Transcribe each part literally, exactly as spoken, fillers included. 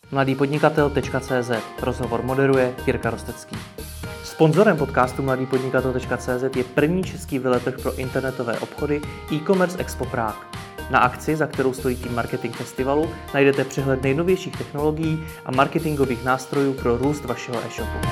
mladý podnikatel tečka cé zet. Rozhovor moderuje Jirka Rostecký. Sponzorem podcastu mladý podnikatel tečka cé zet je první český veletrh pro internetové obchody e-commerce Expo Prague. Na akci, za kterou stojí tým Marketing Festivalu, najdete přehled nejnovějších technologií a marketingových nástrojů pro růst vašeho e-shopu.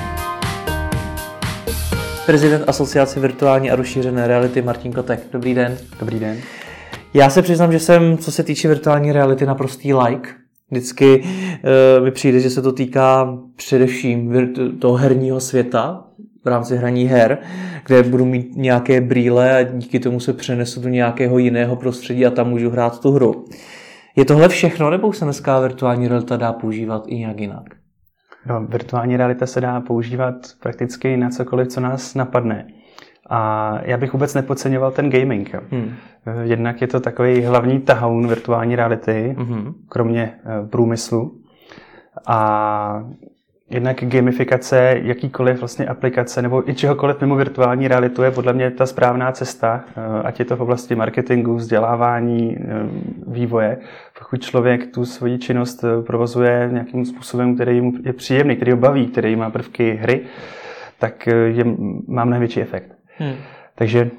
Prezident Asociace virtuální a rozšířené reality Martin Kotek. Dobrý den. Dobrý den. Já se přiznám, že jsem, co se týče virtuální reality, naprostý like. Vždycky uh, mi přijde, že se to týká především virtu- toho herního světa, v rámci hraní her, kde budu mít nějaké brýle a díky tomu se přenesu do nějakého jiného prostředí a tam můžu hrát tu hru. Je tohle všechno, nebo se dneska virtuální realita dá používat i nějak jinak? No, virtuální realita se dá používat prakticky na cokoliv, co nás napadne. A já bych vůbec nepodceňoval ten gaming. Hmm. Jednak je to takový hlavní tahoun virtuální reality, hmm. kromě průmyslu. A jednak gamifikace, jakýkoliv vlastně aplikace nebo i čehokoliv mimo virtuální realitu je podle mě ta správná cesta, ať je to v oblasti marketingu, vzdělávání, vývoje. Pokud člověk tu svoji činnost provozuje nějakým způsobem, který mu je příjemný, který ho baví, který má prvky hry, tak je, má mnohem větší efekt. Hmm. Takže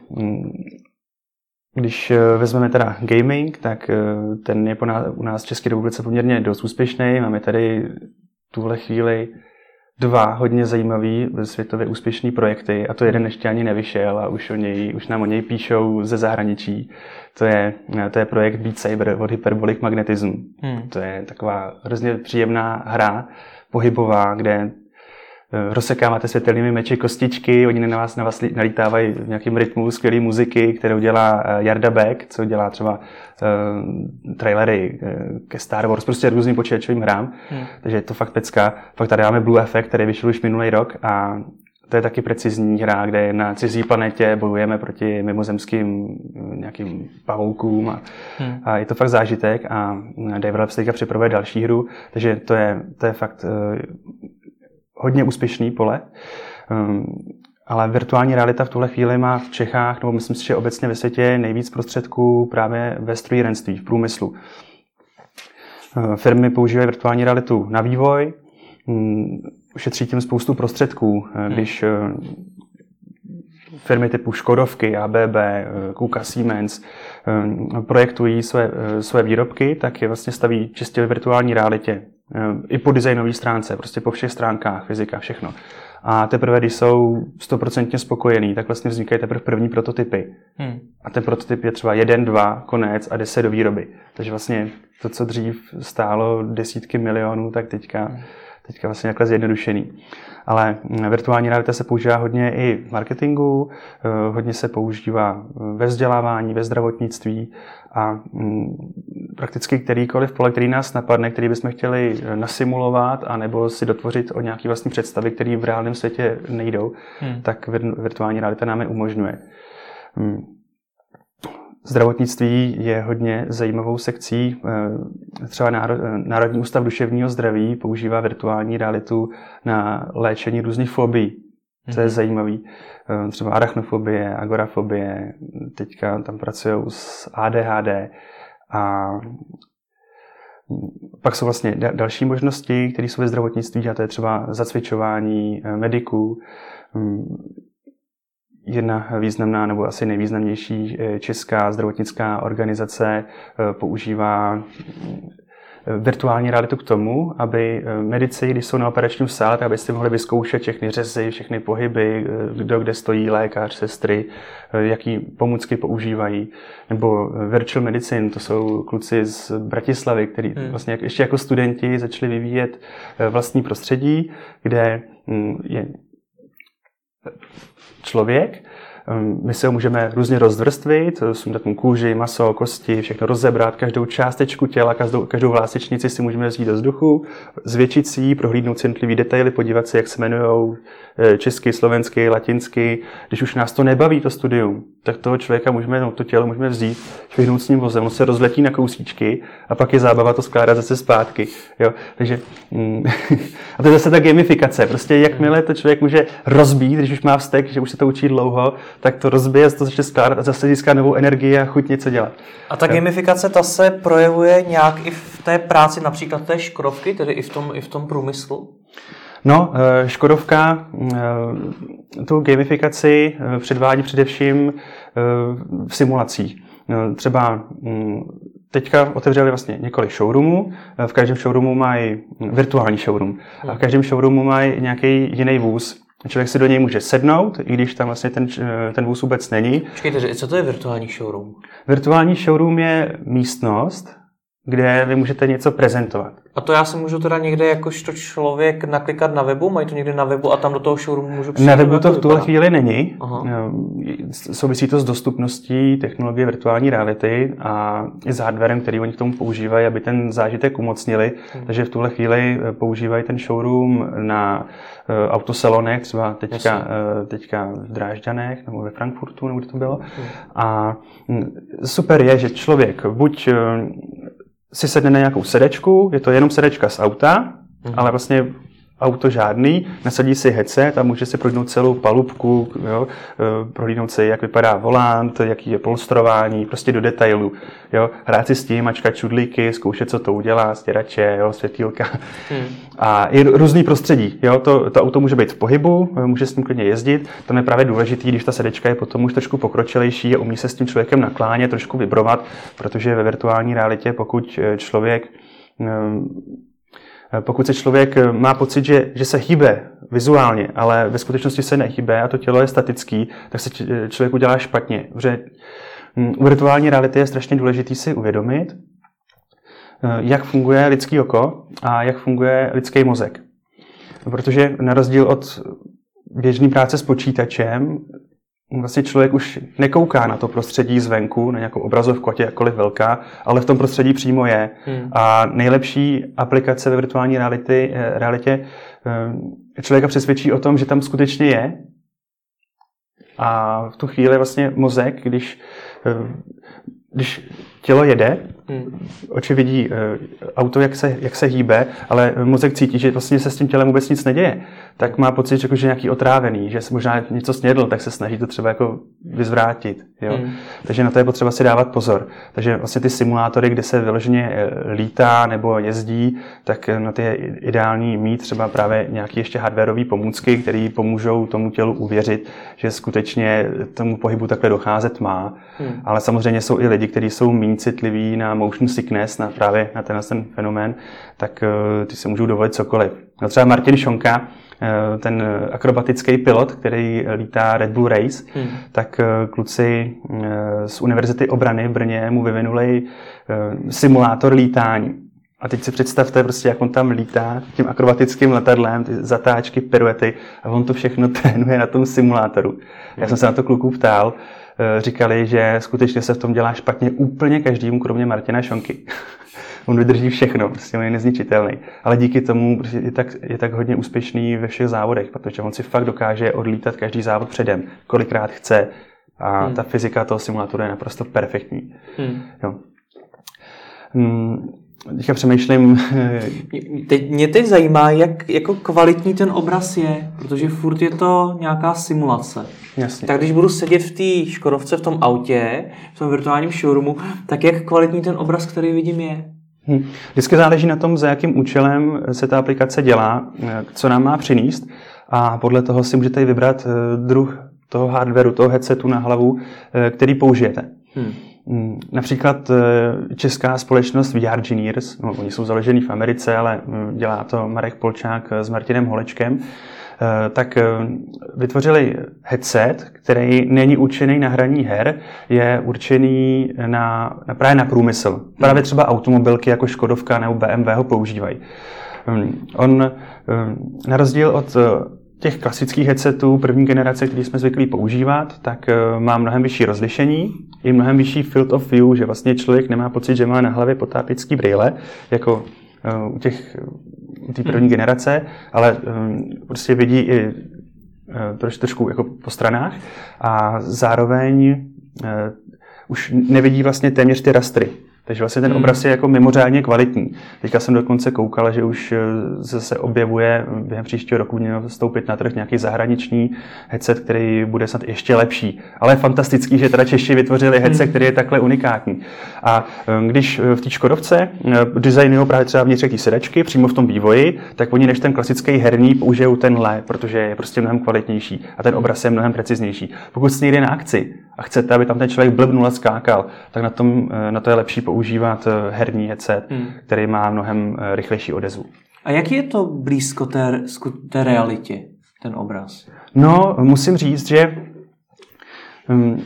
když vezmeme teda gaming, tak ten je u nás v České republice poměrně dost úspěšný. Máme tady v tuhle chvíli dva hodně zajímavý světově úspěšný projekty a to jeden ještě ani nevyšel a už, o něj, už nám o něj píšou ze zahraničí. To je, to je projekt Beat Saber od Hyperbolic Magnetism. Hmm. To je taková hrozně příjemná hra, pohybová, kde rozsekáváte světelnými meči kostičky, oni na vás, na vás nalítávají v nějakém rytmu skvělé muziky, kterou dělá Jarda Beck, co dělá třeba uh, trailery ke Star Wars, prostě různým počítačovým hrám. Hmm. Takže je to fakt pecka. Pak tady máme Blue Effect, který vyšel už minulý rok a to je taky precizní hra, kde na cizí planetě bojujeme proti mimozemským nějakým pavoukům a, hmm. a je to fakt zážitek a Developers teďka připravuje další hru, takže to je, to je fakt uh, hodně úspěšný pole, um, ale virtuální realita v tuhle chvíli má v Čechách, nebo myslím si, že obecně ve světě nejvíc prostředků právě ve strojírenství, v průmyslu. Uh, firmy používají virtuální realitu na vývoj, um, ušetří tím spoustu prostředků, hmm. když uh, firmy typu Škodovky, A B B, Kuka, Siemens um, projektují své, uh, své výrobky, tak je vlastně staví čistě ve virtuální realitě. I po designové stránce, prostě po všech stránkách, fyzika, všechno. A teprve, když jsou stoprocentně spokojení, tak vlastně vznikají teprve první prototypy. Hmm. A ten prototyp je třeba jeden, dva, konec a jde se do výroby. Takže vlastně to, co dřív stálo desítky milionů, tak teďka, hmm. teďka vlastně takhle zjednodušený. Ale virtuální realita se používá hodně i v marketingu, hodně se používá ve vzdělávání, ve zdravotnictví a prakticky kterýkoliv pole, který nás napadne, který bychom chtěli nasimulovat anebo si dotvořit o nějaký vlastní představy, které v reálném světě nejdou, hmm. tak virtuální realita nám je umožňuje. Zdravotnictví je hodně zajímavou sekcí. Třeba Národní ústav duševního zdraví používá virtuální realitu na léčení různých fobií. To je mm-hmm. zajímavý. Třeba arachnofobie, agorafobie, teďka tam pracují s A D H D. A pak jsou vlastně další možnosti, které jsou ve zdravotnictví, a to je třeba zacvičování mediků. Jedna významná nebo asi nejvýznamnější česká zdravotnická organizace používá virtuální realitu k tomu, aby medici, když jsou na operačním sále, aby si mohli vyzkoušet všechny řezy, všechny pohyby, kdo kde stojí, lékař, sestry, jaký pomůcky používají. Nebo virtual medicine, to jsou kluci z Bratislavy, kteří hmm. vlastně ještě jako studenti začali vyvíjet vlastní prostředí, kde je člověk, my se ho můžeme různě rozvrstvit, sundat mu kůži, maso, kosti, všechno rozebrat, každou částečku těla, každou, každou vlásečnici si můžeme vzít do vzduchu, zvětšit si ji, prohlídnout si jednotlivý detaily, podívat se, jak se jmenujou česky, slovensky, latinsky. Když už nás to nebaví, to studium, tak toho člověka můžeme, no, to tělo můžeme vzít, švihnout s ním vozem, on se rozletí na kousíčky a pak je zábava to skládat zase zpátky. Jo? Takže, mm, a to je zase ta gamifikace. Prostě jakmile to člověk může rozbít, když už má vztek, že už se to učí dlouho, tak to rozbije, to začne skládat a zase získá novou energii a chuť něco dělat. A ta gamifikace, ta se projevuje nějak i v té práci, například té Škodovky, tedy i v tom, i v tom průmyslu? No, Škodovka tu gamifikaci předvádí především v simulacích. Třeba teďka otevřeli vlastně několik showroomů, v každém showroomu mají virtuální showroom a v každém showroomu mají nějaký jiný vůz. Člověk si do něj může sednout, i když tam vlastně ten, ten vůz vůbec není. Počkejte, co to je virtuální showroom? Virtuální showroom je místnost, kde vy můžete něco prezentovat. A to já si můžu teda někde jakožto člověk naklikat na webu? Mají to někde na webu a tam do toho showroomu můžu přijít? Na webu to v tuhle chvíli není. Aha. Souvisí to s dostupností technologie virtuální reality a i s hardwarem, který oni k tomu používají, aby ten zážitek umocnili. Hmm. Takže v tuhle chvíli používají ten showroom na autosalonech, třeba teďka, teďka v Drážďanech nebo ve Frankfurtu, nebo kde to bylo. Hmm. A super je, že člověk buď si sedne na nějakou sedečku, je to jenom sedečka z auta, mm. ale vlastně auto žádný, nasadí si headset a může si prohlídnout celou palubku, jo, prohlídnout si, jak vypadá volant, jaký je polstrování, prostě do detailu. Jo, hrát si s tím, mačkat čudlíky, zkoušet, co to udělá, stěrače, jo, světýlka. Hmm. A i různý prostředí. Jo, to, to auto může být v pohybu, může s tím klidně jezdit. To je právě důležitý, když ta sedečka je potom už trošku pokročilejší a umí se s tím člověkem naklánět, trošku vibrovat, protože ve virtuální realitě, pokud člověk Pokud se člověk má pocit, že, že se hýbe vizuálně, ale ve skutečnosti se nehýbe a to tělo je statický, tak se člověk udělá špatně. Protože u virtuální reality je strašně důležité si uvědomit, jak funguje lidský oko a jak funguje lidský mozek. Protože na rozdíl od běžné práce s počítačem, vlastně člověk už nekouká na to prostředí zvenku, na nějakou obrazovku, ať je jakkoliv velká, ale v tom prostředí přímo je. Hmm. A nejlepší aplikace ve virtuální reality, realitě člověka přesvědčí o tom, že tam skutečně je. A v tu chvíli vlastně mozek, když, když tělo jede, hmm. oči vidí auto, jak se, jak se hýbe, ale mozek cítí, že vlastně se s tím tělem vůbec nic neděje, tak má pocit, že je nějaký otrávený, že se možná něco snědl, tak se snaží to třeba jako vyzvrátit. Jo? Hmm. Takže na to je potřeba si dávat pozor. Takže vlastně ty simulátory, kde se vyloženě lítá nebo jezdí, tak na ty je ideální mít třeba právě nějaké ještě hardwareové pomůcky, které pomůžou tomu tělu uvěřit, že skutečně tomu pohybu takhle docházet má. Hmm. Ale samozřejmě jsou i lidi, kteří jsou méně citliví na motion sickness, na právě na ten, ten fenomén, tak ty se můžou dovolit cokoliv. No třeba Martin Šonka, ten akrobatický pilot, který lítá Red Bull Race, hmm. tak kluci z Univerzity obrany v Brně mu vyvinuli simulátor lítání. A teď si představte, prostě, jak on tam lítá tím akrobatickým letadlem, ty zatáčky, piruety a on to všechno trénuje na tom simulátoru. Hmm. Já jsem se na to kluků ptal, říkali, že skutečně se v tom dělá špatně úplně každému, kromě Martina Šonky. On vydrží všechno, prostě on je nezničitelný. Ale díky tomu je tak, je tak hodně úspěšný ve všech závodech, protože on si fakt dokáže odlítat každý závod předem, kolikrát chce. A hmm. ta fyzika toho simulátoru je naprosto perfektní. Hmm. Jo. Hmm. Teďka přemýšlím... Teď, mě teď zajímá, jak jako kvalitní ten obraz je, protože furt je to nějaká simulace. Jasně. Tak když budu sedět v té Škodovce, v tom autě, v tom virtuálním showroomu, tak jak kvalitní ten obraz, který vidím, je? Hmm. Vždycky záleží na tom, za jakým účelem se ta aplikace dělá, co nám má přinést a podle toho si můžete vybrat druh toho hardwareu, toho headsetu na hlavu, který použijete. Hmm. Například česká společnost V R Engineers, no, oni jsou založení v Americe, ale dělá to Marek Polčák s Martinem Holečkem, tak vytvořili headset, který není určený na hraní her, je určený na, na právě na průmysl. Právě třeba automobilky jako Škodovka nebo B M W ho používají. On na rozdíl od těch klasických headsetů první generace, které jsme zvyklí používat, tak má mnohem vyšší rozlišení, i mnohem vyšší field of view, že vlastně člověk nemá pocit, že má na hlavě potápěčský brýle, jako u těch u té první generace, ale prostě vidí i troš, trošku jako po stranách a zároveň už nevidí vlastně téměř ty rastry. Takže vlastně ten obraz je jako mimořádně kvalitní. Teďka jsem dokonce koukal, že už se objevuje během příštího roku měl vstoupit na trh nějaký zahraniční headset, který bude snad ještě lepší. Ale je fantastický, že teda Češi vytvořili headset, který je takhle unikátní. A když v té Škodovce designují právě třeba vnitřek té sedačky, přímo v tom vývoji, tak oni než ten klasický herní použijou tenhle, protože je prostě mnohem kvalitnější a ten obraz je mnohem preciznější. Pokud jste někde na akci a chcete, aby tam ten člověk blbnul a skákal, tak na, tom, na to je lepší používat herní headset, hmm. který má mnohem rychlejší odezvu. A jak je to blízko té, té realitě, ten obraz? No, musím říct, že um,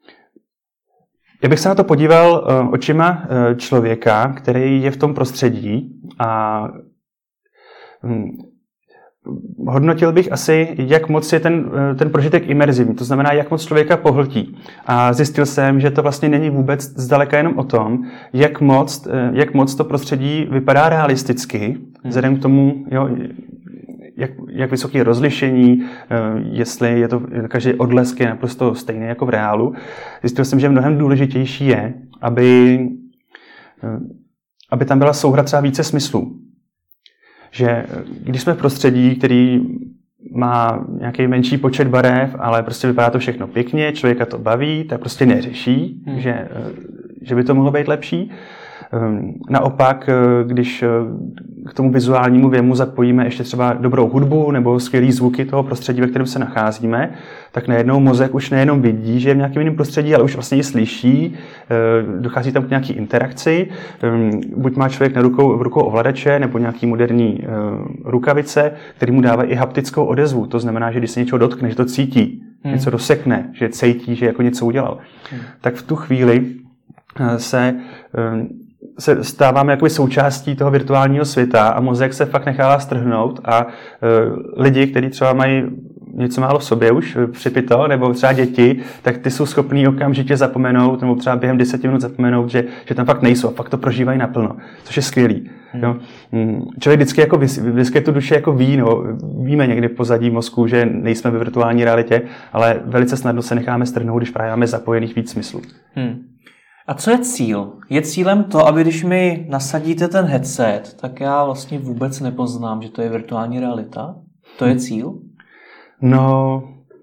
já bych se na to podíval uh, očima uh, člověka, který je v tom prostředí a um, hodnotil bych asi, jak moc je ten, ten prožitek imerzivní, to znamená, jak moc člověka pohltí. A zjistil jsem, že to vlastně není vůbec zdaleka jenom o tom, jak moc, jak moc to prostředí vypadá realisticky, vzhledem k tomu, jo, jak, jak vysoké rozlišení, jestli je to, každý odlesk je naprosto stejný jako v reálu. Zjistil jsem, že mnohem důležitější je, aby, aby tam byla souhra třeba více smyslů. Že když jsme v prostředí, který má nějaký menší počet barev, ale prostě vypadá to všechno pěkně, člověka to baví, tak prostě neřeší, hmm. že, že by to mohlo být lepší. Naopak, když k tomu vizuálnímu věmu zapojíme ještě třeba dobrou hudbu nebo skvělý zvuky toho prostředí, ve kterém se nacházíme, tak najednou mozek už nejenom vidí, že je v nějakém jiném prostředí, ale už vlastně ji slyší, dochází tam k nějaký interakci. Buď má člověk na rukou, v rukou ovladače nebo nějaký moderní rukavice, který mu dává i haptickou odezvu. To znamená, že když se něčeho dotkne, že to cítí, hmm. něco dosekne, že cítí, že jako něco udělal. Hmm. Tak v tu chvíli se se stáváme jakoby součástí toho virtuálního světa a mozek se fakt nechává strhnout a uh, lidi, kteří třeba mají něco málo v sobě už připito, nebo třeba děti, tak ty jsou schopní okamžitě zapomenout, nebo třeba během deseti minut zapomenout, že, že tam fakt nejsou a fakt to prožívají naplno, což je skvělý. Hmm. Jo. Člověk vždycky jako vždycky tu duši jako ví, no, víme někdy pozadí mozku, že nejsme ve virtuální realitě, ale velice snadno se necháme strhnout, když právě máme zapojených víc smyslů. Hmm. A co je cíl? Je cílem to, aby když mi nasadíte ten headset, tak já vlastně vůbec nepoznám, že to je virtuální realita? To je cíl? No,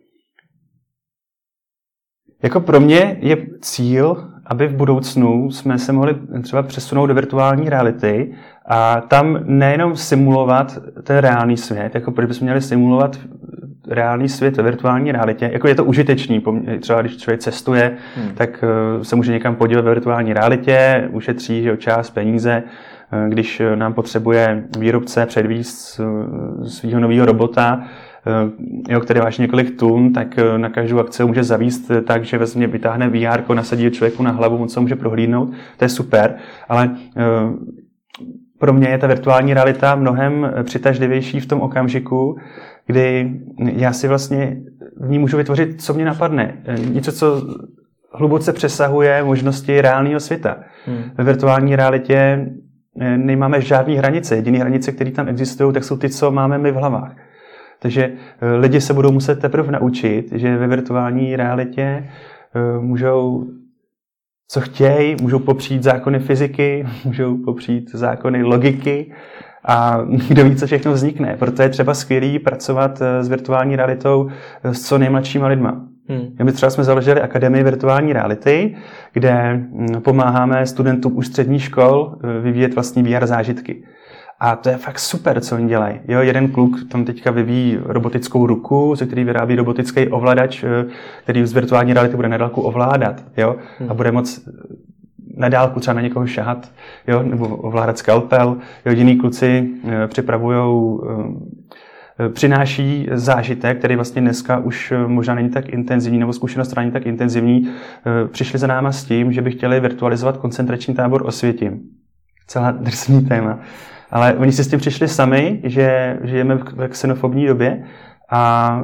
jako pro mě je cíl, aby v budoucnu jsme se mohli třeba přesunout do virtuální reality a tam nejenom simulovat ten reálný svět, jako protože bychom měli simulovat reálný svět ve virtuální realitě. Jako je to užitečný, třeba když člověk cestuje, hmm. tak se může někam podívat ve virtuální realitě, ušetří že, čas, peníze. Když nám potřebuje výrobce předvízt svého nového robota, jo, který váží několik tun, tak na každou akci může zavíst tak, že vezmě, vytáhne vé érko, nasadí člověku na hlavu, on se může prohlídnout. To je super, ale pro mě je ta virtuální realita mnohem přitažlivější v tom okamžiku, kdy já si vlastně v ní můžu vytvořit, co mě napadne. Něco, co hluboce přesahuje možnosti reálného světa. Hmm. Ve virtuální realitě nemáme žádné hranice. Jediné hranice, které tam existují, tak jsou ty, co máme my v hlavách. Takže lidi se budou muset teprve naučit, že ve virtuální realitě můžou co chtějí, můžou popřít zákony fyziky, můžou popřít zákony logiky a kdo ví, co všechno vznikne. Proto je třeba skvělý pracovat s virtuální realitou s co nejmladšíma lidma. Hmm. My třeba jsme založili Akademii virtuální reality, kde pomáháme studentům už středních škol vyvíjet vlastní V R zážitky. A to je fakt super, co oni dělají. Jo, jeden kluk tam teďka vyvíjí robotickou ruku, ze který vyrábí robotický ovladač, který z virtuální reality bude na dálku ovládat. Jo, hmm. a bude moc na dálku třeba na někoho šahat, jo, nebo ovládat skalpel. Jo, jiní kluci připravujou, přináší zážitek, který vlastně dneska už možná není tak intenzivní, nebo zkušenost není tak intenzivní. Přišli za náma s tím, že by chtěli virtualizovat koncentrační tábor Osvětim. Celá drsný téma. Ale oni si s tím přišli sami, že žijeme v xenofobní době a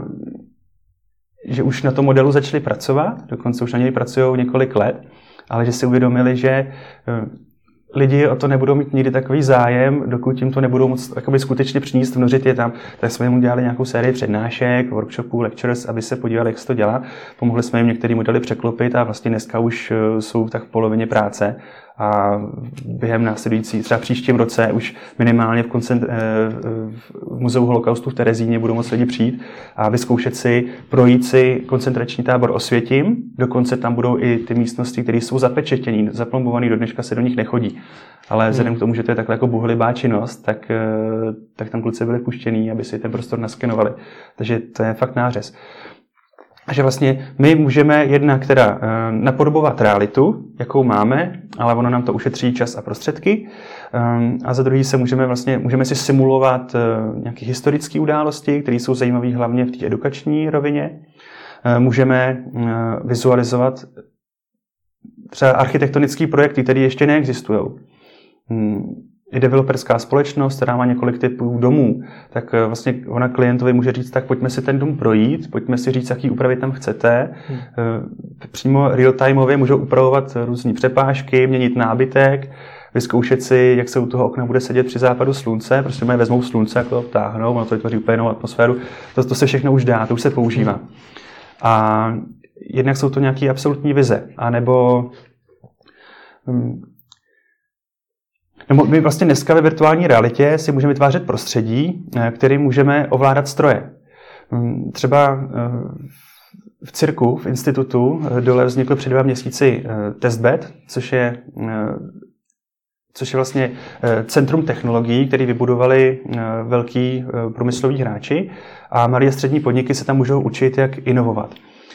že už na tom modelu začali pracovat, dokonce už na něj pracují několik let, ale že si uvědomili, že lidi o to nebudou mít nikdy takový zájem, dokud jim to nebudou moc skutečně přinést, vnořit je tam. Tak jsme jim udělali nějakou sérii přednášek, workshopů, lectures, aby se podívali, jak se to dělá. Pomohli jsme jim některé modely překlopit a vlastně dneska už jsou tak v polovině práce a během následující, třeba příštím roce už minimálně v, koncent, v muzeu holokaustu v Terezíně budou moct lidi přijít a vyzkoušet si, projít si koncentrační tábor Osvětim. Dokonce tam budou i ty místnosti, které jsou zapečetění, zaplombované, do dneška se do nich nechodí. Ale vzhledem k tomu, že to je takhle jako bohulibá činnost, tak, tak tam kluci byli puštění, aby si ten prostor naskenovali. Takže to je fakt nářez. A že vlastně my můžeme jednak teda napodobovat realitu, jakou máme, ale ono nám to ušetří čas a prostředky. A za druhý se můžeme vlastně můžeme si simulovat nějaké historické události, které jsou zajímavé hlavně v té edukační rovině. Můžeme vizualizovat třeba architektonické projekty, které ještě neexistují. I developerská společnost, která má několik typů domů, tak vlastně ona klientovi může říct, tak pojďme si ten dům projít, pojďme si říct, jaký úpravy tam chcete. Hmm. Přímo real-timeově můžou upravovat různé přepážky, měnit nábytek, vyzkoušet si, jak se u toho okna bude sedět při západu slunce, prostě mají vezmou slunce, jak to táhnou, ono to vytvoří úplně jinou atmosféru. To, to se všechno už dá, to už se používá. A jednak jsou to nějaké absolutní vize, anebo No, my vlastně dneska ve virtuální realitě si můžeme vytvářet prostředí, který můžeme ovládat stroje. Třeba v cirku, v institutu, dole vznikl před dva měsíci testbed, což je, což je vlastně centrum technologií, které vybudovali velký průmysloví hráči a malé a střední podniky se tam můžou učit, jak inovovat.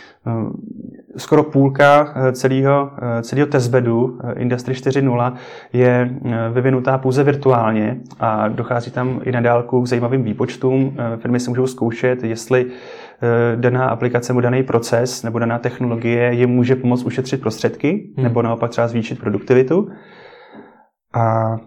Skoro půlka celého, celého testbedu Industry čtyři tečka nula je vyvinutá pouze virtuálně a dochází tam i na dálku k zajímavým výpočtům. Firmy si můžou zkoušet, jestli daná aplikace nebo daný proces nebo daná technologie jim může pomoct ušetřit prostředky hmm. nebo naopak třeba zvýšit produktivitu. A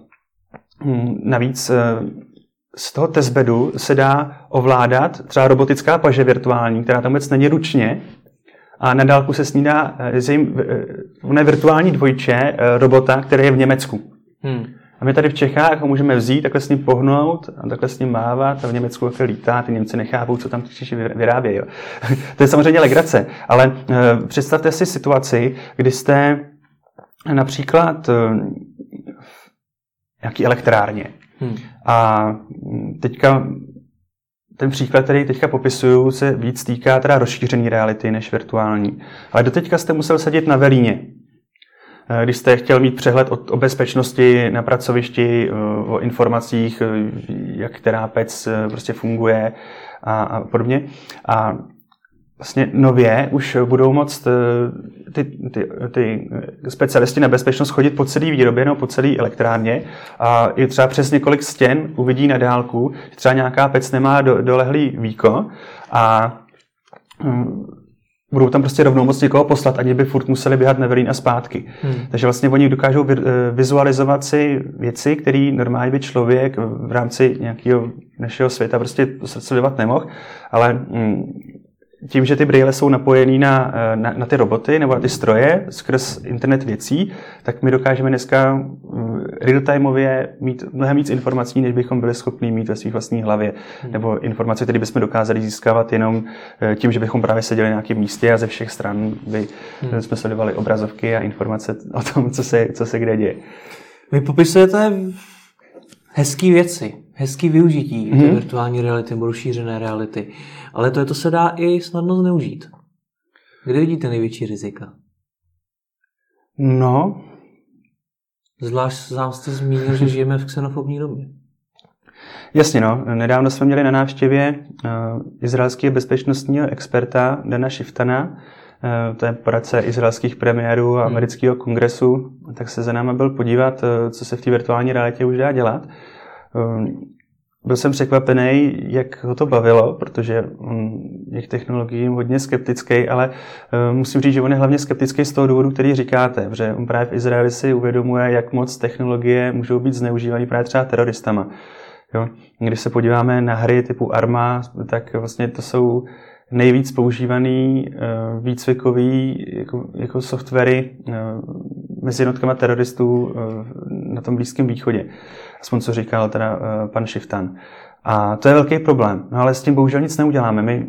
navíc z toho testbedu se dá ovládat třeba robotická paže virtuální, která tam vůbec není ručně, a na dálku se snídá ona virtuální dvojče robota, který je v Německu. Hmm. A my tady v Čechách ho můžeme vzít, takhle s ním pohnout a takhle s ním mávat a v Německu takhle lítá, ty Němci nechápou, co tam Češi vyrábějí. Jo. To je samozřejmě legrace, ale představte si situaci, kdy jste například v nějaký elektrárně hmm. a teďka ten příklad, který teďka popisuju, se víc týká teda rozšířené reality než virtuální. Ale doteďka jste musel sedět na velíně. Když jste chtěl mít přehled o, o bezpečnosti na pracovišti, o informacích, jak která pec prostě funguje a, a podobně. A vlastně nově už budou moct ty, ty, ty specialisti na bezpečnost chodit po celé výrobě nebo po celé elektrárně a i třeba přes několik stěn uvidí na dálku, že třeba nějaká pec nemá do, dolehlý víko a um, budou tam prostě rovnou moc někoho poslat, aniž by furt museli běhat na velín a zpátky. Hmm. Takže vlastně oni dokážou vizualizovat si věci, které normálně by člověk v rámci nějakého našeho světa prostě sledovat nemohl, ale um, tím, že ty brýle jsou napojený na, na, na ty roboty nebo na ty stroje skrz internet věcí, tak my dokážeme dneska real-timeově mít mnohem víc informací, než bychom byli schopni mít ve svých vlastní hlavě. Hmm. Nebo informace, které bychom dokázali získávat jenom tím, že bychom právě seděli na nějakém místě a ze všech stran by hmm. jsme sledovali obrazovky a informace o tom, co se, co se kde děje. Vy popisujete hezký věci, hezký využití hmm. té virtuální reality nebo rozšířené reality. Ale to, je, to se dá i snadno zneužít. Kde vidíte největší rizika? No. Zvlášť sám jste zmínil, že žijeme v xenofobní době. Jasně, no. Nedávno jsme měli na návštěvě uh, izraelského bezpečnostního experta Dana Shiftana, uh, to je poradce izraelských premiérů a amerického kongresu, tak se za náma byl podívat, uh, co se v té virtuální realitě už dá dělat. Uh, Byl jsem překvapený, jak ho to bavilo, protože on je k technologiím hodně skeptický, ale uh, musím říct, že on je hlavně skeptický z toho důvodu, který říkáte, protože on právě v Izraeli si uvědomuje, jak moc technologie můžou být zneužívané právě třeba teroristama. Jo? Když se podíváme na hry typu Arma, tak vlastně to jsou nejvíc používaný uh, výcvikový jako, jako softwary uh, mezi jednotkama teroristů uh, na tom Blízkém východě. Aspoň co říkal teda uh, pan Shiftan. A to je velký problém. No ale s tím bohužel nic neuděláme. My,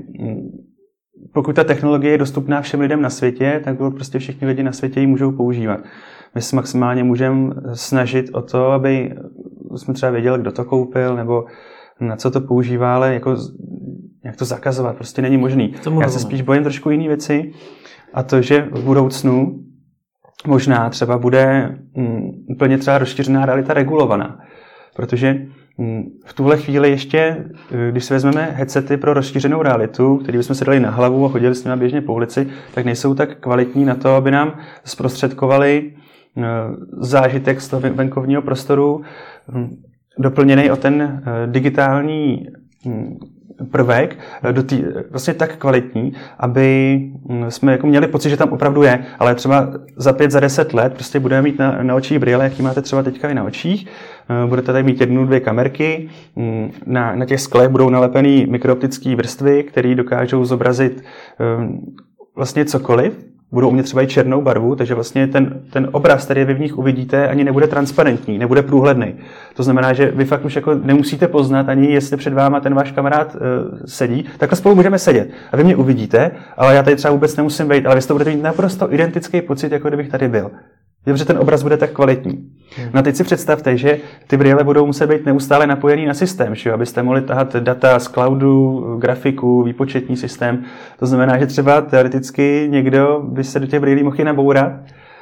pokud ta technologie je dostupná všem lidem na světě, tak prostě všichni lidi na světě ji můžou používat. My se maximálně můžeme snažit o to, aby jsme třeba věděli, kdo to koupil, nebo na co to používá, ale jako, jak to zakazovat, prostě není možný. Já se spíš bojím trošku jiný věci a to, že v budoucnu možná třeba bude um, úplně třeba rozšířená realita regulovaná, protože um, v tuhle chvíli ještě, když si vezmeme headsety pro rozšířenou realitu, které bychom si dali na hlavu a chodili s nimi běžně po ulici, tak nejsou tak kvalitní na to, aby nám zprostředkovali uh, zážitek z toho venkovního prostoru um, doplněný o ten uh, digitální um, prvek do tý, vlastně tak kvalitní, aby jsme jako měli pocit, že tam opravdu je, ale třeba za pět, za deset let prostě budeme mít na, na očích brýle, jaký máte třeba teďka i na očích. Budete tady mít jednu, dvě kamerky, na, na těch sklech budou nalepený mikrooptické vrstvy, které dokážou zobrazit vlastně cokoliv. Budou umět třeba i černou barvu, takže vlastně ten, ten obraz, který vy v nich uvidíte, ani nebude transparentní, nebude průhledný. To znamená, že vy fakt už jako nemusíte poznat ani, jestli před váma ten váš kamarád uh, sedí. Takhle spolu můžeme sedět a vy mě uvidíte, ale já tady třeba vůbec nemusím být, ale vy to budete mít naprosto identický pocit, jako kdybych tady byl. Protože ten obraz bude tak kvalitní. Hmm. No a teď si představte, že ty brýle budou muset být neustále napojený na systém, že? Abyste mohli tahat data z cloudu, grafiku, výpočetní systém. To znamená, že třeba teoreticky někdo by se do těch brýlí mohl i nabourat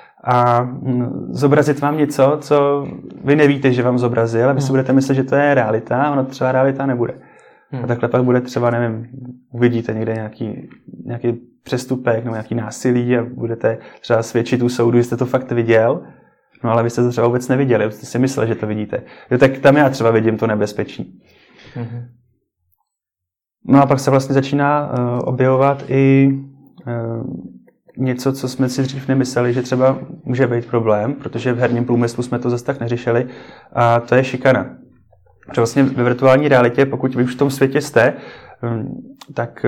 a zobrazit vám něco, co vy nevíte, že vám zobrazil, ale vy si budete myslet, že to je realita, a ono třeba realita nebude. Hmm. A takhle pak bude třeba, nevím, uvidíte někde nějaký, nějaký přestupek nebo nějaký násilí a budete třeba svědčit u soudu, že jste to fakt viděl, no ale vy jste to třeba vůbec neviděli, jste si mysleli, že to vidíte. Jo, tak tam já třeba vidím to nebezpečí. Hmm. No a pak se vlastně začíná uh, objevovat i uh, něco, co jsme si dřív nemysleli, že třeba může být problém, protože v herním průmyslu jsme to zase tak neřešili, a to je šikana. Protože vlastně ve virtuální realitě, pokud vy už v tom světě jste, tak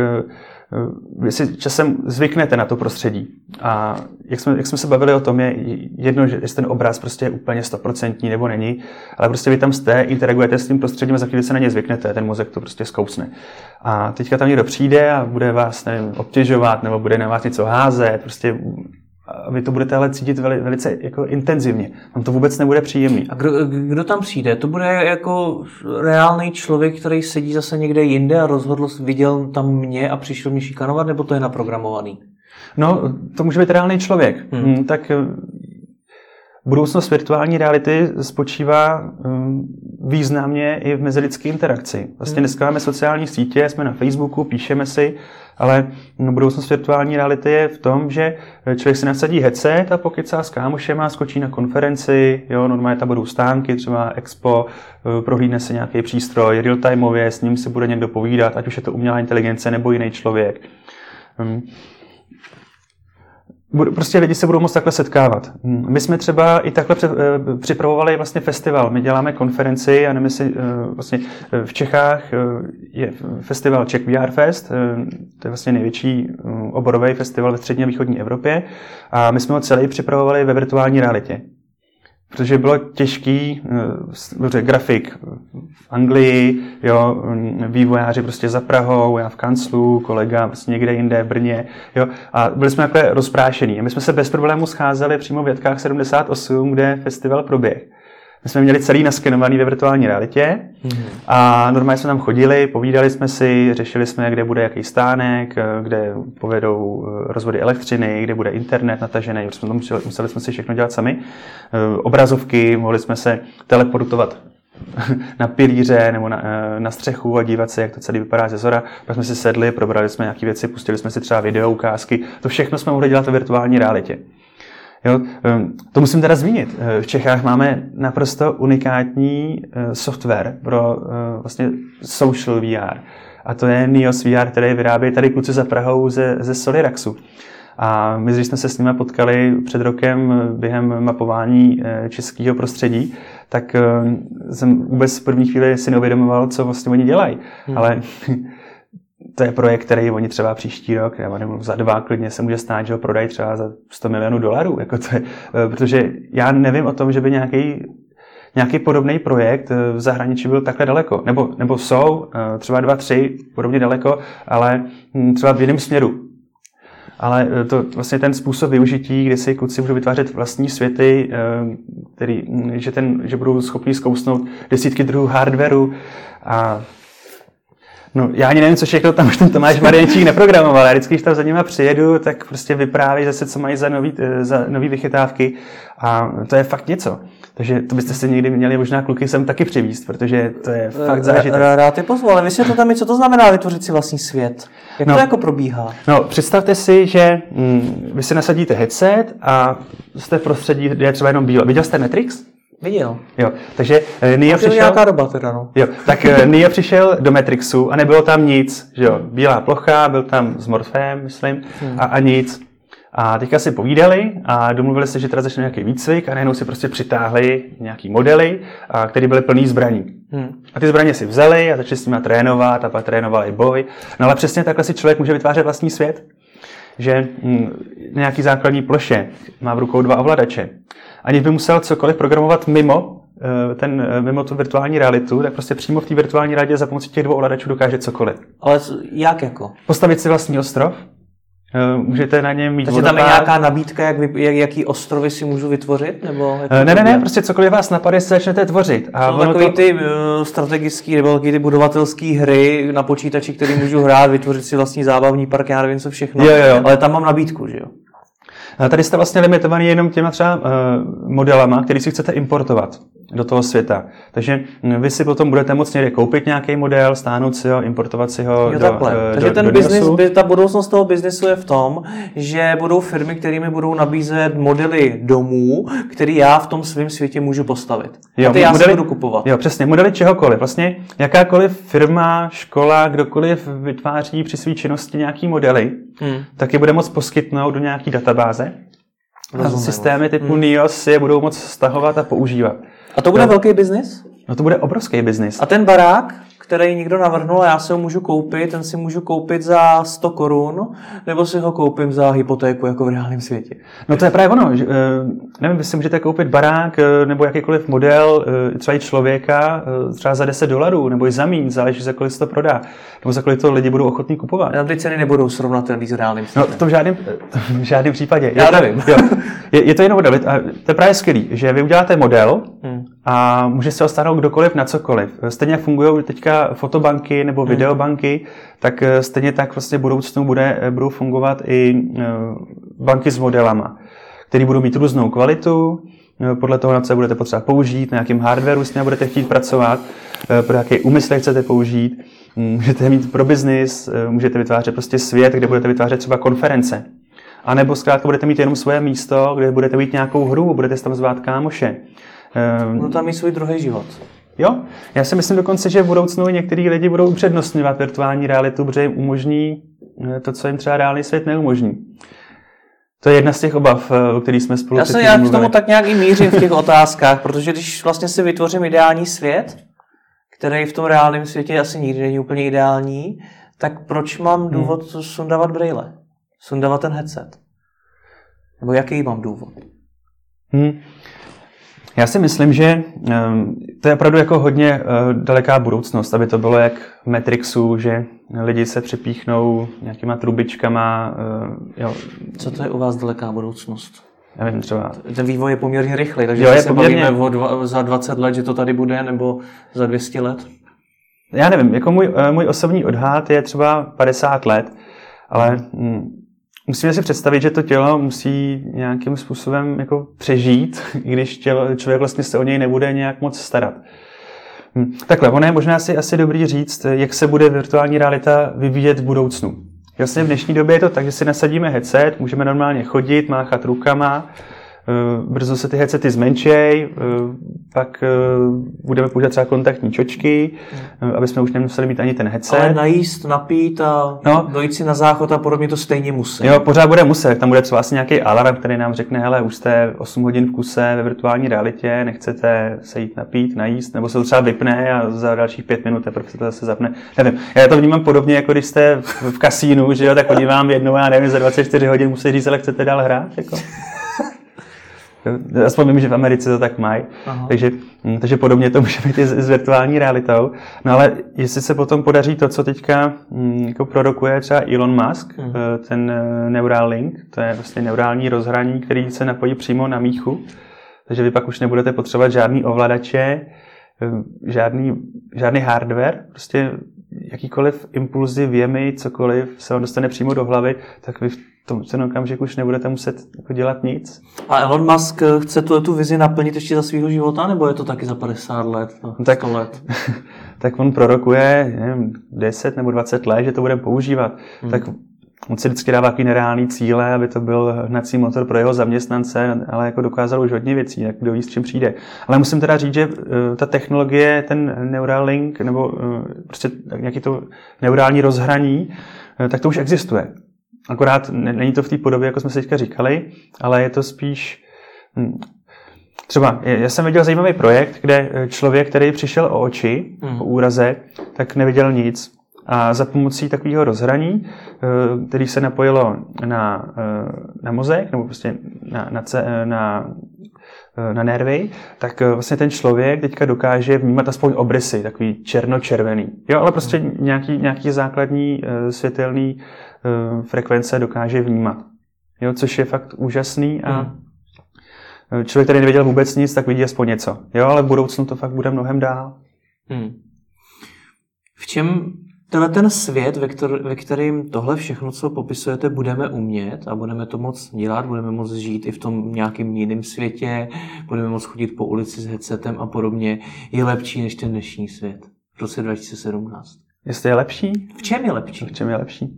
vy si časem zvyknete na to prostředí. A jak jsme, jak jsme se bavili o tom, je jedno, že ten obraz prostě je úplně stoprocentní nebo není, ale prostě vy tam jste, interagujete s tím prostředím a za chvíli se na ně zvyknete, ten mozek to prostě zkousne. A teďka tam někdo přijde a bude vás, nevím, obtěžovat nebo bude na vás něco házet, prostě a vy to budete ale cítit veli, velice jako intenzivně. Vám to vůbec nebude příjemný. A kdo, kdo tam přijde? To bude jako reálný člověk, který sedí zase někde jinde a rozhodl, viděl tam mě a přišel mě šikanovat, nebo to je naprogramovaný? No, to může být reálný člověk. Hmm. Tak budoucnost virtuální reality spočívá významně i v mezilidské interakci. Vlastně dneska máme sociální sítě, jsme na Facebooku, píšeme si, ale no, budoucnost virtuální reality je v tom, že člověk si nasadí headset a pokecá s kámošema, skočí na konferenci, jo, normálně tam budou stánky, třeba expo, prohlídne se nějaký přístroj, real-timeově, s ním si bude někdo povídat, ať už je to umělá inteligence nebo jiný člověk. Prostě lidi se budou moct takhle setkávat. My jsme třeba i takhle připravovali vlastně festival. My děláme konferenci a nevím, si, vlastně v Čechách je festival Czech V R Fest, to je vlastně největší oborový festival ve střední a východní Evropě a my jsme ho celý připravovali ve virtuální realitě. Protože bylo těžký, dobře, grafik v Anglii, jo, vývojáři prostě za Prahou, já v kanclu, kolega prostě někde jinde v Brně, jo, a byli jsme takhle rozprášení. A my jsme se bez problémů scházeli přímo v Jatkách sedmdesát osm, kde festival proběh. My jsme měli celý naskenovaný ve virtuální realitě a normálně jsme tam chodili, povídali jsme si, řešili jsme, kde bude jaký stánek, kde povedou rozvody elektřiny, kde bude internet natažený, jsme tam museli, museli jsme si všechno dělat sami. Obrazovky, mohli jsme se teleportovat na pilíře nebo na, na střechu a dívat se, jak to celý vypadá ze zora. Pak jsme si sedli, probrali jsme nějaké věci, pustili jsme si třeba video ukázky. To všechno jsme mohli dělat ve virtuální realitě. Jo, to musím teda zmínit. V Čechách máme naprosto unikátní software pro vlastně social V R. A to je Nios V R, který vyrábí tady kluci za Prahou ze, ze Soliraxu. A my, když jsme se s nimi potkali před rokem během mapování českého prostředí, tak jsem vůbec v první chvíli si neuvědomoval, co vlastně oni dělají. Hmm. Ale to je projekt, který oni třeba příští rok, nebo za dva klidně se může stát, že ho prodají třeba za sto milionů dolarů. Jako to je, protože já nevím o tom, že by nějaký, nějaký podobný projekt v zahraničí byl takhle daleko. Nebo, nebo jsou třeba dva, tři podobně daleko, ale třeba v jiném směru. ale to vlastně ten způsob využití, kdy si kluci budou vytvářet vlastní světy, který, že, ten, že budou schopni zkousnout desítky druhů hardwareu a no, já ani nevím, co všechno tam už ten Tomáš Marienčík neprogramoval. Já vždycky, když tam za nima přijedu, tak prostě vypráví zase, co mají za nový, za nový vychytávky a to je fakt něco. Takže to byste si někdy měli možná kluky sem taky přivízt, protože to je fakt zážitek. Rád je pozval, ale vysvětlete mi, co to znamená vytvořit si vlastní svět. Jak no, to jako probíhá? No, představte si, že hm, vy si nasadíte headset a jste v prostředí, kde je třeba jenom bílo. Viděl jste Matrix? Viděl. Jo, takže Neo přišel... nějaká doba teda, no. Jo, tak Neo přišel do Matrixu a nebylo tam nic, že jo. Bílá plocha, byl tam s Morfem, myslím, hmm. a, a nic. A teďka si povídali a domluvili se, že teda začne nějaký výcvik a najednou si prostě přitáhli nějaký modely, a, které byly plný zbraní. Hmm. A ty zbraně si vzali a začali s nimi trénovat a pak trénovali boj. No ale přesně takhle si člověk může vytvářet vlastní svět, že hm, nějaký základní ploše má v rukou dva ovladače. Aniž by musel cokoliv programovat mimo, ten, mimo tu virtuální realitu, tak prostě přímo v té virtuální realitě za pomocí těch dvou ovladačů dokáže cokoliv. Ale jak jako? Postavit si vlastní ostrov, můžete na něm mít Takže tam je nějaká nabídka, jak, vy, jak, jaký ostrovy si můžu vytvořit? Nebo ne, ne, ne, prostě cokoliv vás napadne, se začnete tvořit. A no, takový to... ty uh, strategický nebo takový ty budovatelský hry na počítači, které můžu hrát, vytvořit si vlastní zábavní park, já nevím co všechno. Jo, jo. Ale tam mám nabídku, že jo? A tady jste vlastně limitovaný jenom těma třeba uh, modelama, který si chcete importovat do toho světa. Takže vy si potom budete moct někde koupit nějaký model, stáhnout si ho, importovat si ho jo, do, takhle. Uh, Takže do, ten do business, ta budoucnost toho biznesu je v tom, že budou firmy, kterými budou nabízet modely domů, který já v tom svém světě můžu postavit. Jo, a ty já modely, si budu kupovat. Jo, přesně. Modely čehokoliv. Vlastně jakákoliv firma, škola, kdokoliv vytváří při své činnosti nějaký modely, hmm. tak je bude moct poskytnout do nějaký databáze. A systémy typu hmm. Neo si je budou moct stahovat a používat. A to bude no. velký biznis? No to bude obrovský biznis. A ten barák, který někdo navrhnul a já si ho můžu koupit, ten si můžu koupit za sto korun, nebo si ho koupím za hypotéku jako v reálném světě? No to je právě ono. Že, nevím, vy si můžete koupit barák nebo jakýkoliv model, třeba i člověka, třeba za deset dolarů, nebo i za míň, záleží, za kolik se to prodá. Nebo za kolik to lidi budou ochotní kupovat. Tam ty ceny nebudou srovnatelné s reálným světem. No to v žádném, v žádném případě. Já nevím. Jo, je, je to jenom model. A to je právě skvělý, že vy uděláte model hmm. a může se ho stáhnout kdokoliv na cokoliv. Stejně jak fungují teďka fotobanky nebo videobanky, tak stejně tak vlastně v budoucnu bude, budou fungovat i banky s modelama, které budou mít různou kvalitu, podle toho, na co budete potřeba použít, na jakém hardwareu s ním budete chtít pracovat, pro jaký úmysl chcete použít. Můžete mít pro biznis, můžete vytvářet prostě svět, kde budete vytvářet třeba konference. A nebo zkrátka budete mít jenom svoje místo, kde budete mít nějakou hru, budete tam zvát kámoše. Budou tam mít svůj druhý život. Jo, já si myslím dokonce, že v budoucnu některý lidi budou upřednostňovat virtuální realitu, protože jim umožní to, co jim třeba reálný svět neumožní. To je jedna z těch obav, o kterých jsme spolu Já se já k tomu tak nějak i mířím v těch otázkách, protože když vlastně si vytvořím ideální svět, který v tom reálném světě asi nikdy není úplně ideální, tak proč mám důvod hmm. sundávat brejle? Sundávat ten headset? Nebo jaký mám důvod? Hmm. Já si myslím, že um, to je opravdu jako hodně uh, daleká budoucnost, aby to bylo jak v Matrixu, že lidi se připíchnou nějakýma trubičkama. Uh, jo. Co to je u vás daleká budoucnost? Já nevím, třeba... Ten vývoj je poměrně rychlý, takže jo, se poměrně... bavíme o dva, za dvacet let, že to tady bude, nebo za dvě stě let? Já nevím, jako můj, můj osobní odhad je třeba padesát let, ale... Mm, musíme si představit, že to tělo musí nějakým způsobem jako přežít, i když tělo, člověk vlastně se o něj nebude nějak moc starat. Hm. Takhle, ono je možná si asi dobrý říct, jak se bude virtuální realita vyvíjet v budoucnu. Vlastně v dnešní době je to tak, že si nasadíme headset, můžeme normálně chodit, máchat rukama, brzo se ty headsety zmenšej, pak budeme používat třeba kontaktní čočky, aby jsme už nemuseli mít ani ten headset. Ale najíst, napít a no. dojít si na záchod a podobně to stejně musí. Jo, pořád bude muset. Tam bude třeba asi nějaký alarm, který nám řekne, hele, už jste osm hodin v kuse ve virtuální realitě, nechcete se jít napít, najíst, nebo se to třeba vypne a za dalších pět minut teprve se to zase zapne. Nevím, já to vnímám podobně, jako když jste v kasínu, že jo, tak oni vám jednou, já nevím, za dvacet čtyři hodin musí říct, ale chcete dál hrát, jako. Aspoň vím, že v Americe to tak mají. Takže, takže podobně to může být i s, s virtuální realitou. No ale jestli se potom podaří to, co teďka jako prorokuje třeba Elon Musk, mm. ten Neuralink, to je vlastně neurální rozhraní, který se napojí přímo na míchu. Takže vy pak už nebudete potřebovat žádný ovladače, žádný, žádný hardware, prostě jakýkoliv impulzy, věmy, cokoliv se vám dostane přímo do hlavy, tak vy v tom ten okamžik už nebudete muset jako dělat nic. A Elon Musk chce tu, tu vizi naplnit ještě za svého života, nebo je to taky za padesát let, no, tak, sto let? Tak on prorokuje nevím, deset nebo dvacet let, že to budeme používat. Hmm. Tak on si vždycky dává takový nereální cíle, aby to byl hnací motor pro jeho zaměstnance, ale jako dokázal už hodně věcí, jak kdo ví, s čím přijde. Ale musím teda říct, že uh, ta technologie, ten Neuralink, nebo uh, prostě nějaký to neurální rozhraní, uh, tak to už existuje. Akorát není to v té podobě, jako jsme si teďka říkali, ale je to spíš... Hm, třeba, já jsem viděl zajímavý projekt, kde člověk, který přišel o oči, mm. o úraze, tak neviděl nic. A za pomocí takového rozhraní, který se napojilo na, na mozek, nebo prostě na, na, na, na nervy, tak vlastně ten člověk teďka dokáže vnímat aspoň obrysy, takový černočervený. Jo, ale prostě nějaký, nějaký základní světelný frekvence dokáže vnímat. Jo, což je fakt úžasný a hmm. člověk, který nevěděl vůbec nic, tak vidí aspoň něco. Jo, ale v budoucnu to fakt bude mnohem dál. Hmm. V čem tenhle ten svět, ve, kter- ve kterým tohle všechno, co popisujete, budeme umět a budeme to moc dělat, budeme moc žít i v tom nějakým jiném světě, budeme moc chodit po ulici s headsetem a podobně, je lepší než ten dnešní svět v roce dva tisíce sedmnáct. Jestli je lepší? V čem je lepší? V čem je lepší?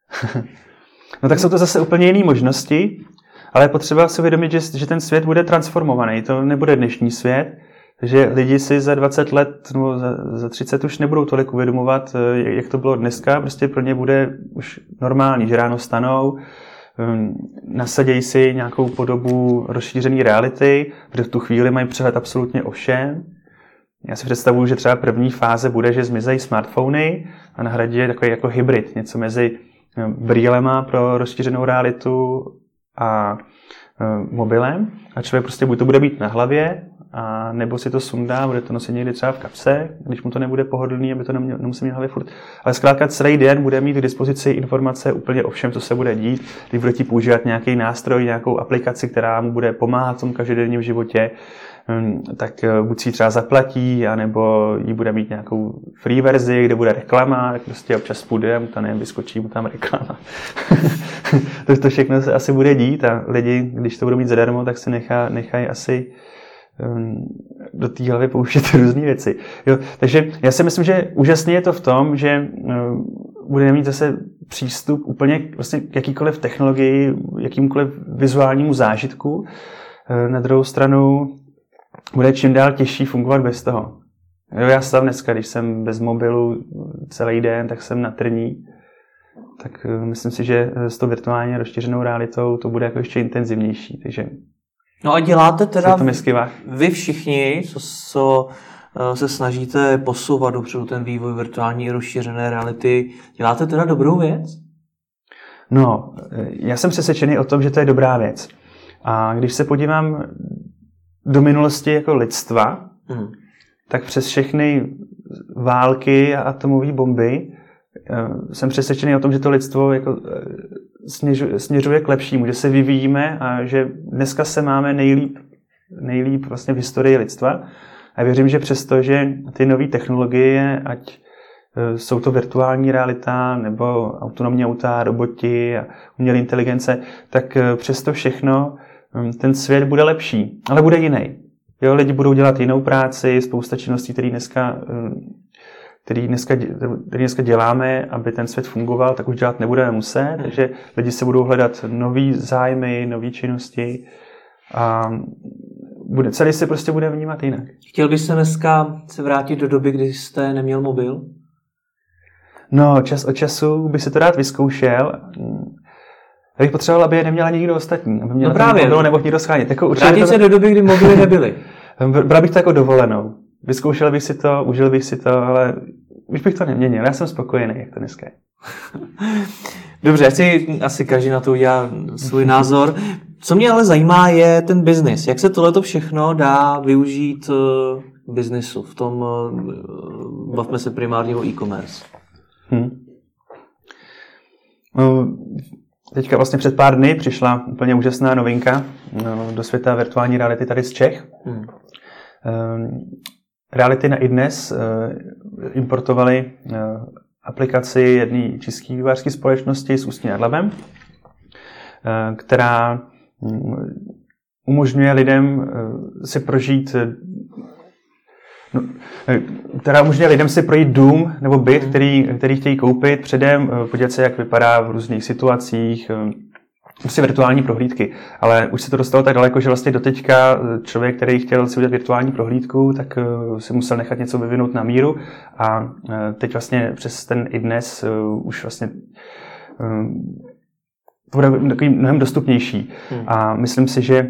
No tak jsou to zase úplně jiné možnosti, ale je potřeba si uvědomit, že, že ten svět bude transformovaný. To nebude dnešní svět, takže lidi si za dvacet let nebo za, za třicet už nebudou tolik uvědomovat, jak to bylo dneska. Prostě pro ně bude už normální, že ráno stanou, nasadějí si nějakou podobu rozšířené reality, protože v tu chvíli mají přehled absolutně o všem. Já si představuju, že třeba první fáze bude, že zmizejí smartfony a nahradí je takový jako hybrid, něco mezi brýlema pro rozšířenou realitu a mobilem. A člověk prostě buď to bude mít na hlavě, a nebo si to sundá, bude to nosit někdy třeba v kapse, když mu to nebude pohodlný, aby to neměl, nemusí mít hlavě furt. Ale zkrátka celý den bude mít k dispozici informace úplně o všem, co se bude dít. Když bude ti používat nějaký nástroj, nějakou aplikaci, která mu bude pomáhat v tom každodenním životě, tak buď si ji třeba zaplatí, anebo ji bude mít nějakou free verzi, kde bude reklama, tak prostě občas půjde, mu tam vyskočí mu tam reklama. to, to všechno se asi bude dít a lidi, když to budou mít zadarmo, tak se nechá, nechají asi do té hlavy pouštět různé věci. Jo, takže já si myslím, že úžasně je to v tom, že budeme mít zase přístup úplně vlastně k jakýkoliv technologii, jakýmkoliv vizuálnímu zážitku. Na druhou stranu bude čím dál těžší fungovat bez toho. Jo, já sám dneska, když jsem bez mobilu celý den, tak jsem na trní. Tak myslím si, že s tou virtuálně rozšířenou realitou to bude jako ještě intenzivnější. Takže no a děláte teda vy všichni, co, co se snažíte posouvat dopředu ten vývoj virtuální rozšířené reality, děláte teda dobrou věc? No, já jsem přesvědčený o tom, že to je dobrá věc. A když se podívám do minulosti jako lidstva, hmm. tak přes všechny války a atomové bomby jsem přesvědčený o tom, že to lidstvo jako směřuje k lepšímu, že se vyvíjíme a že dneska se máme nejlíp, nejlíp vlastně v historii lidstva. A věřím, že přesto, že ty nové technologie, ať jsou to virtuální realita nebo autonomní auta, roboti a umělé inteligence, tak přesto všechno ten svět bude lepší, ale bude jiný. Jo, lidi budou dělat jinou práci, spousta činností, které dneska, který dneska, který dneska děláme, aby ten svět fungoval, tak už dělat nebudeme muset, takže lidi se budou hledat nový zájmy, nové činnosti a bude, celý se prostě bude vnímat jinak. Chtěl bys se dneska se vrátit do doby, kdy jste neměl mobil? No, čas od času bych se to rád vyzkoušel. Já bych potřeboval, aby je neměl ani nikdo ostatní. Aby měl no právě. Mobil, nebo nikdo schánět. Jako vrátit to... se do doby, kdy mobily nebyly. Bral bych to jako dovolenou. Vyzkoušel bych si to, užil bych si to, ale už bych to neměnil. Já jsem spokojený, jak to dneska je. Dobře, asi, asi každý na to udělá svůj názor. Co mě ale zajímá, je ten biznis. Jak se tohleto všechno dá využít v biznisu? V tom, bavme se primárně o e-commerce. Hmm. No, teďka vlastně před pár dny přišla úplně úžasná novinka do světa virtuální reality tady z Čech. Hmm. Reality na iDnes importovali aplikaci jedné české vývojářské společnosti s Ústí nad Labem, která umožňuje lidem si prožít no, která umožňuje lidem si projít dům nebo byt, který, který chtějí koupit předem, podívat se, jak vypadá v různých situacích, prostě virtuální prohlídky. Ale už se to dostalo tak daleko, že vlastně doteďka člověk, který chtěl si udělat virtuální prohlídku, tak si musel nechat něco vyvinout na míru a teď vlastně přes ten iDnes už vlastně to bude takový mnohem dostupnější. Hmm. A myslím si, že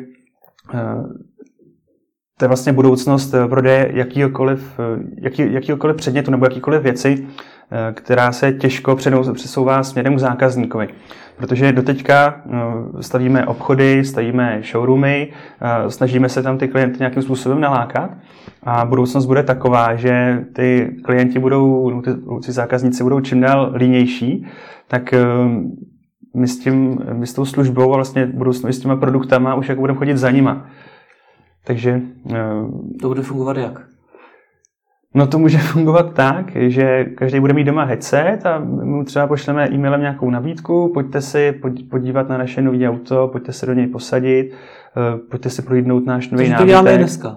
to je vlastně budoucnost prodeje jakýkoliv, jaký, jakýkoliv předmětu nebo jakýkoliv věci, která se těžko přesouvá směrem k zákazníkovi. Protože doteďka stavíme obchody, stavíme showroomy, snažíme se tam ty klienty nějakým způsobem nalákat a budoucnost bude taková, že ty klienti budou, ty, ty zákazníci budou čím dál línější, tak my s, tím, my s tou službou a vlastně budoucnu s těma produktama už jako budeme chodit za nima. Takže... To bude fungovat jak? No to může fungovat tak, že každý bude mít doma headset a my mu třeba pošleme e-mailem nějakou nabídku, pojďte si podívat na naše nový auto, pojďte se do něj posadit, pojďte si prohlídnout náš nový nábytek. Takže to děláme dneska.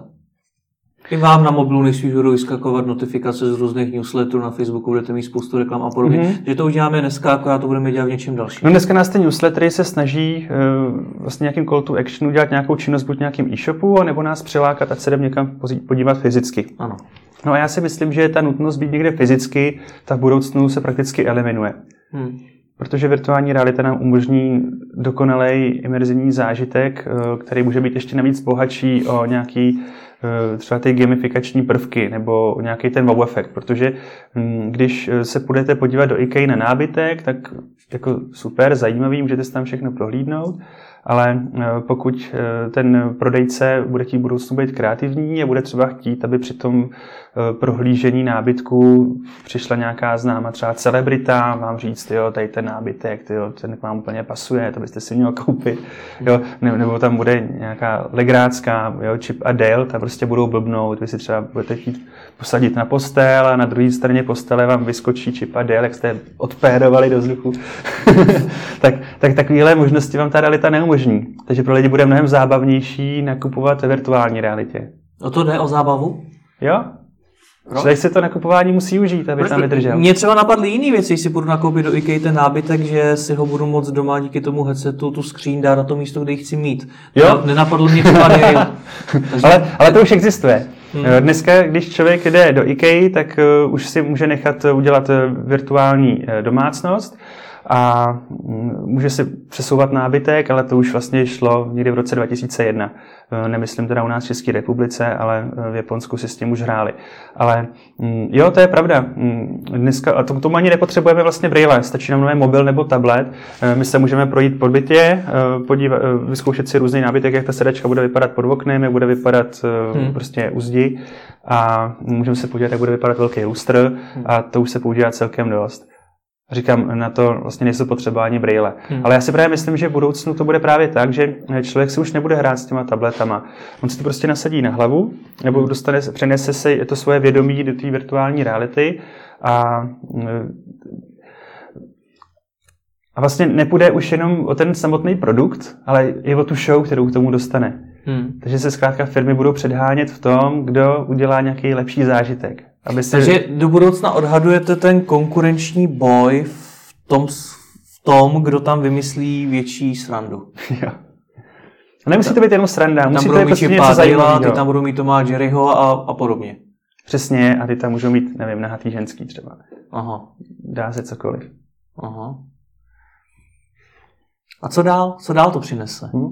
I vám na mobilu nejspíš budou vyskakovat notifikace z různých newsletterů na Facebooku, budete mít spoustu reklam a podobně. Mm-hmm. Takže to uděláme dneska, akorát to budeme dělat v něčem dalším. No dneska nás ty newslettery se snaží uh, vlastně nějakým call to action udělat nějakou činnost buď nějakým e-shopu, nebo nás přilákat, ať se jdeme někam podívat fyzicky. Ano. No a já si myslím, že ta nutnost být někde fyzicky, ta v budoucnu se prakticky eliminuje. Hmm. Protože virtuální realita nám umožní dokonalej imerzivní zážitek, který může být ještě navíc bohatší o nějaký třeba ty gamifikační prvky nebo nějaký ten wow efekt, protože když se půjdete podívat do IKEA na nábytek, tak jako super, zajímavý, můžete si tam všechno prohlídnout, ale pokud ten prodejce bude chtít v budoucnu být kreativní a bude třeba chtít, aby při tom prohlížení nábytku přišla nějaká známá třeba celebrita, vám říct, jo, tady ten nábytek, tyjo, ten k vám úplně pasuje, to byste si měl koupit, jo, nebo tam bude nějaká legrácká, jo, Chip a Dale, ta prostě budou blbnout, vy si třeba budete chtít posadit na postel a na druhé straně postele vám vyskočí Chip a Dale, jak jste odpérovali do vzduchu. tak, tak takovéhle možnosti vám ta realita neumožní. Takže pro lidi bude mnohem zábavnější nakupovat ve virtuální realitě. O to jde o zábavu? Jo. Člověk si to nakupování musí užít, aby tam vydržel. Mně třeba napadly jiné věci, když si půjdu nakoupit do IKEA ten nábytek, že si ho budu moct doma díky tomu headsetu tu skříň dát na to místo, kde ji chci mít. Jo? Nenapadlo mě třeba Takže... ale, ale to už existuje. Hmm. Dneska, když člověk jde do IKEA, tak uh, už si může nechat udělat virtuální uh, domácnost a může si přesouvat nábytek, ale to už vlastně šlo někdy v roce dva tisíce jedna. Nemyslím teda u nás v České republice, ale v Japonsku si s tím už hráli. Ale jo, to je pravda. Dneska, a to, tomu ani nepotřebujeme vlastně brýle, stačí nám nový mobil nebo tablet. My se můžeme projít po bytě, podívat, vyzkoušet si různý nábytek, jak ta sedačka bude vypadat pod oknem, jak bude vypadat hmm. prostě u zdi a můžeme se podívat, jak bude vypadat velký lustr a to už se používá celkem dost. Říkám, na to vlastně nejsou potřeba ani brýle. Hmm. Ale já si právě myslím, že v budoucnu to bude právě tak, že člověk si už nebude hrát s těma tabletama. On si to prostě nasadí na hlavu, nebo dostane, přenese si to svoje vědomí do té virtuální reality a, a vlastně nepůjde už jenom o ten samotný produkt, ale i o tu show, kterou k tomu dostane. Hmm. Takže se zkrátka firmy budou předhánět v tom, kdo udělá nějaký lepší zážitek. Aby se... Takže do budoucna odhadujete ten konkurenční boj v tom, v tom, kdo tam vymyslí větší srandu. Jo. A nemusí to být jenom sranda, tam musí budou to být mít prostě něco zajímavého. Ty tam budou mít Toma Jerryho a, a podobně. Přesně, a ty tam můžou mít, nevím, nahatý ženský třeba. Aha. Dá se cokoliv. Aha. A co dál? Co dál to přinese? Hmm.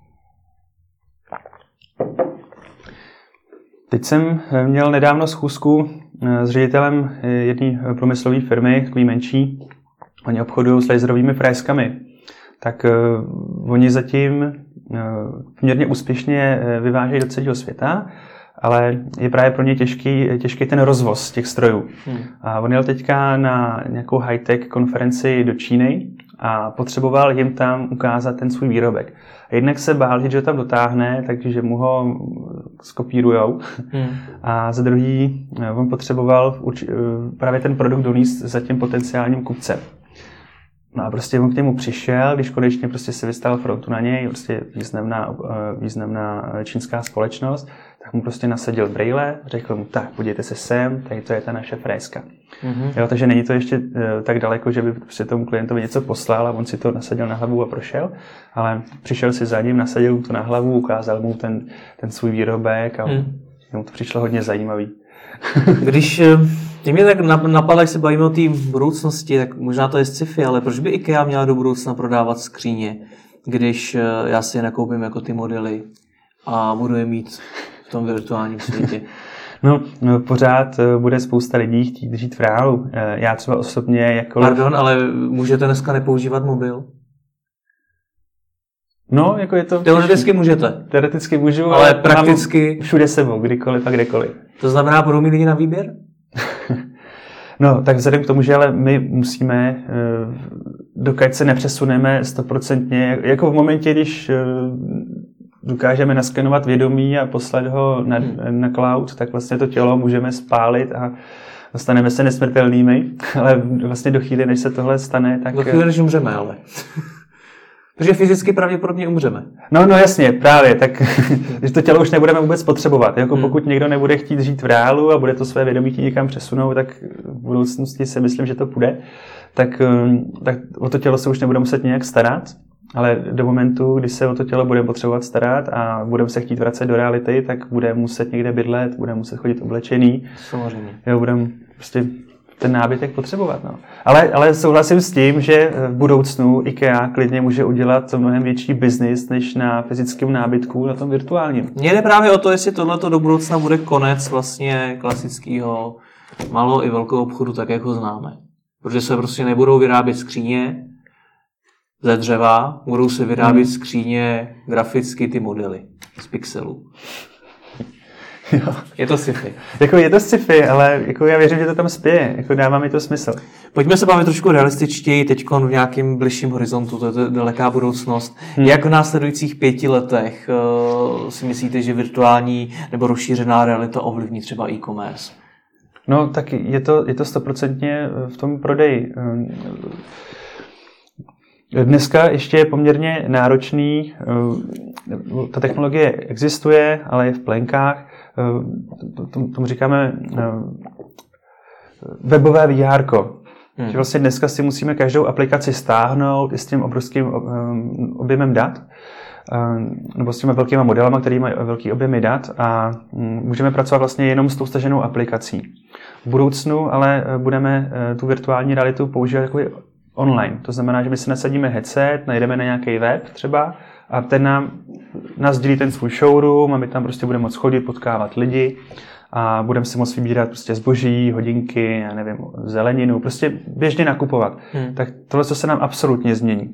Teď jsem měl nedávno schůzku s ředitelem jedné průmyslové firmy, takový menší. Oni obchodují s laserovými fréskami. Tak uh, oni zatím poměrně úspěšně vyvážejí do celého světa, ale je právě pro ně těžký, těžký ten rozvoz těch strojů. Hmm. A on jel teďka na nějakou high-tech konferenci do Číny a potřeboval jim tam ukázat ten svůj výrobek. A jednak se bál, že ho tam dotáhne, takže mu ho skopírujou. Hmm. A za druhý, on potřeboval právě ten produkt donést za tím potenciálním kupcem. No a prostě on k němu přišel, když konečně prostě se vystál frontu na něj, prostě významná, významná čínská společnost, tak mu prostě nasadil brejle, řekl mu, tak podívejte se sem, tady to je ta naše fréska. Mm-hmm. Jo, takže není to ještě uh, tak daleko, že by prostě tomu klientovi něco poslal a on si to nasadil na hlavu a prošel, ale přišel si za ním, nasadil mu to na hlavu, ukázal mu ten, ten svůj výrobek a mm. mu to přišlo hodně zajímavý. Když tě mě tak napadá, jak se bavíme o té budoucnosti, tak možná to je sci-fi, ale proč by IKEA měla do budoucna prodávat skříně, když já si je nakoupím jako ty modely a budu je mít v tom virtuálním světě? No, no, pořád bude spousta lidí chtít žít v reálu. Já třeba osobně jako... Pardon, ale můžete dneska nepoužívat mobil? No, jako je to... Teoreticky můžete. Teoreticky můžu, ale, ale prakticky... všude sebou, kdykoliv a kdekoliv. To znamená, budou mít lidi na výběr? No, tak vzhledem k tomu, že ale my musíme, dokud se nepřesuneme stoprocentně, jako v momentě, když dokážeme naskenovat vědomí a poslat ho na, na cloud, tak vlastně to tělo můžeme spálit a dostaneme se nesmrtelnými, ale vlastně do chvíli, než se tohle stane, tak... Do chvíli, než umřeme, ale... Protože fyzicky pravděpodobně umřeme. No, no jasně, právě, tak když to tělo už nebudeme vůbec potřebovat. Jako pokud hmm. někdo nebude chtít žít v reálu a bude to své vědomí chtít někam přesunout, tak v budoucnosti si myslím, že to půjde. Tak, tak o to tělo se už nebude muset nějak starat, ale do momentu, kdy se o to tělo bude potřebovat starat a budeme se chtít vracet do reality, tak bude muset někde bydlet, bude muset chodit oblečený. Samozřejmě. Jo, budeme prostě ten nábytek potřebovat. No. Ale, ale souhlasím s tím, že v budoucnu IKEA klidně může udělat mnohem větší biznis než na fyzickém nábytku, na tom virtuálním. Mně jde právě o to, jestli tohleto do budoucna bude konec vlastně klasického malou i velkou obchodu, tak jak ho známe. Protože se prostě nebudou vyrábět skříně ze dřeva, budou se vyrábět hmm. skříně graficky ty modely z pixelů. Jo. Je to sci-fi. Jako je to sci-fi, ale jako já věřím, že to tam spěje. Jako dává mi to smysl. Pojďme se bavit trošku realističtěji teď v nějakém bližším horizontu, to je daleká budoucnost. Hmm. Jak v následujících pěti letech uh, si myslíte, že virtuální nebo rozšířená realita ovlivní třeba e-commerce? No tak je to, je to stoprocentně v tom prodeji. Dneska ještě je poměrně náročný, ta technologie existuje, ale je v plenkách. Tomu říkáme webové vé érko. Hmm. Že vlastně dneska si musíme každou aplikaci stáhnout i s tím obrovským objemem dat, nebo s těma velkýma modelama, který mají velký objemy dat a můžeme pracovat vlastně jenom s tou staženou aplikací. V budoucnu ale budeme tu virtuální realitu používat jako online. To znamená, že my si nasadíme headset, najdeme na nějaký web třeba a ten nám nás dělí ten svůj showroom a my tam prostě budeme moct chodit, potkávat lidi a budeme si moct vybírat prostě zboží, hodinky, já nevím, zeleninu, prostě běžně nakupovat. Hmm. Tak tohle se nám absolutně změní.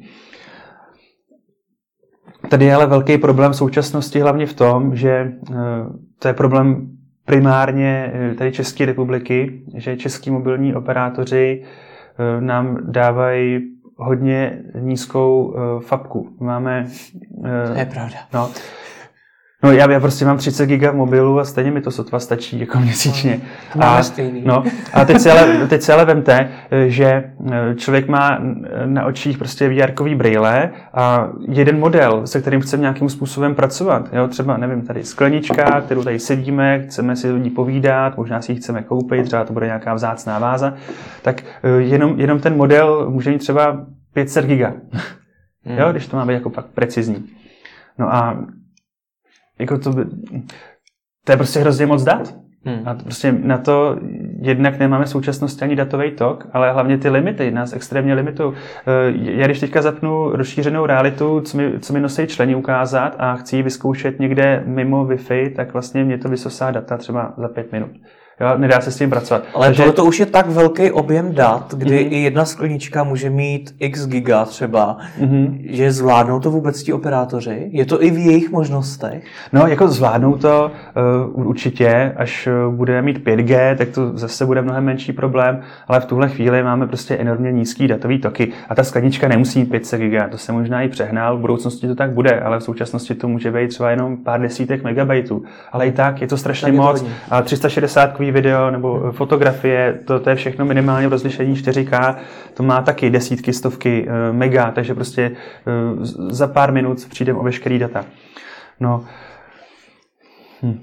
Tady je ale velký problém v současnosti hlavně v tom, že to je problém primárně tady České republiky, že český mobilní operátoři nám dávají hodně nízkou uh, fapku. Máme... Uh, to je pravda. No, no já, já prostě mám třicet giga mobilu a stejně mi to sotva stačí jako měsíčně. No, a, stejný. No, a teď si, ale, teď si ale vemte, že člověk má na očích prostě vé érkový brýle a jeden model, se kterým chceme nějakým způsobem pracovat. Jo, třeba, nevím, tady sklenička, kterou tady sedíme, chceme si o ní povídat, možná si ji chceme koupit, třeba to bude nějaká vzácná váza, tak jenom, jenom ten model může mít třeba pět set giga. Hmm. Jo, když to má být jako pak precizní. No a jako to, by, to je prostě hrozně moc dat. Hmm. A to prostě na to jednak nemáme v současnosti ani datový tok, ale hlavně ty limity nás extrémně limitují. Já když teďka zapnu rozšířenou realitu, co mi, co mi nosí členi ukázat a chci ji vyzkoušet někde mimo Wi-Fi, tak vlastně mě to vysosá data třeba za pět minut. Jo, nedá se s tím pracovat. Ale Takže... tohle to už je tak velký objem dat, kdy mm-hmm. i jedna sklenička může mít x giga třeba, mm-hmm. že zvládnou to vůbec ti operátoři? Je to i v jejich možnostech? No, jako zvládnou to uh, určitě, až bude mít pět G, tak to zase bude mnohem menší problém, ale v tuhle chvíli máme prostě enormně nízký datový toky a ta sklenička nemusí mít pět set giga, to se možná i přehnal, v budoucnosti to tak bude, ale v současnosti to může být třeba jenom pár desítek megabajtů, ale i tak je to strašně tak moc. A tři sta šedesát video nebo fotografie, to, to je všechno minimálně v rozlišení čtyři ká, to má taky desítky, stovky uh, mega, takže prostě uh, za pár minut přijdeme o veškerý data. No. Hm.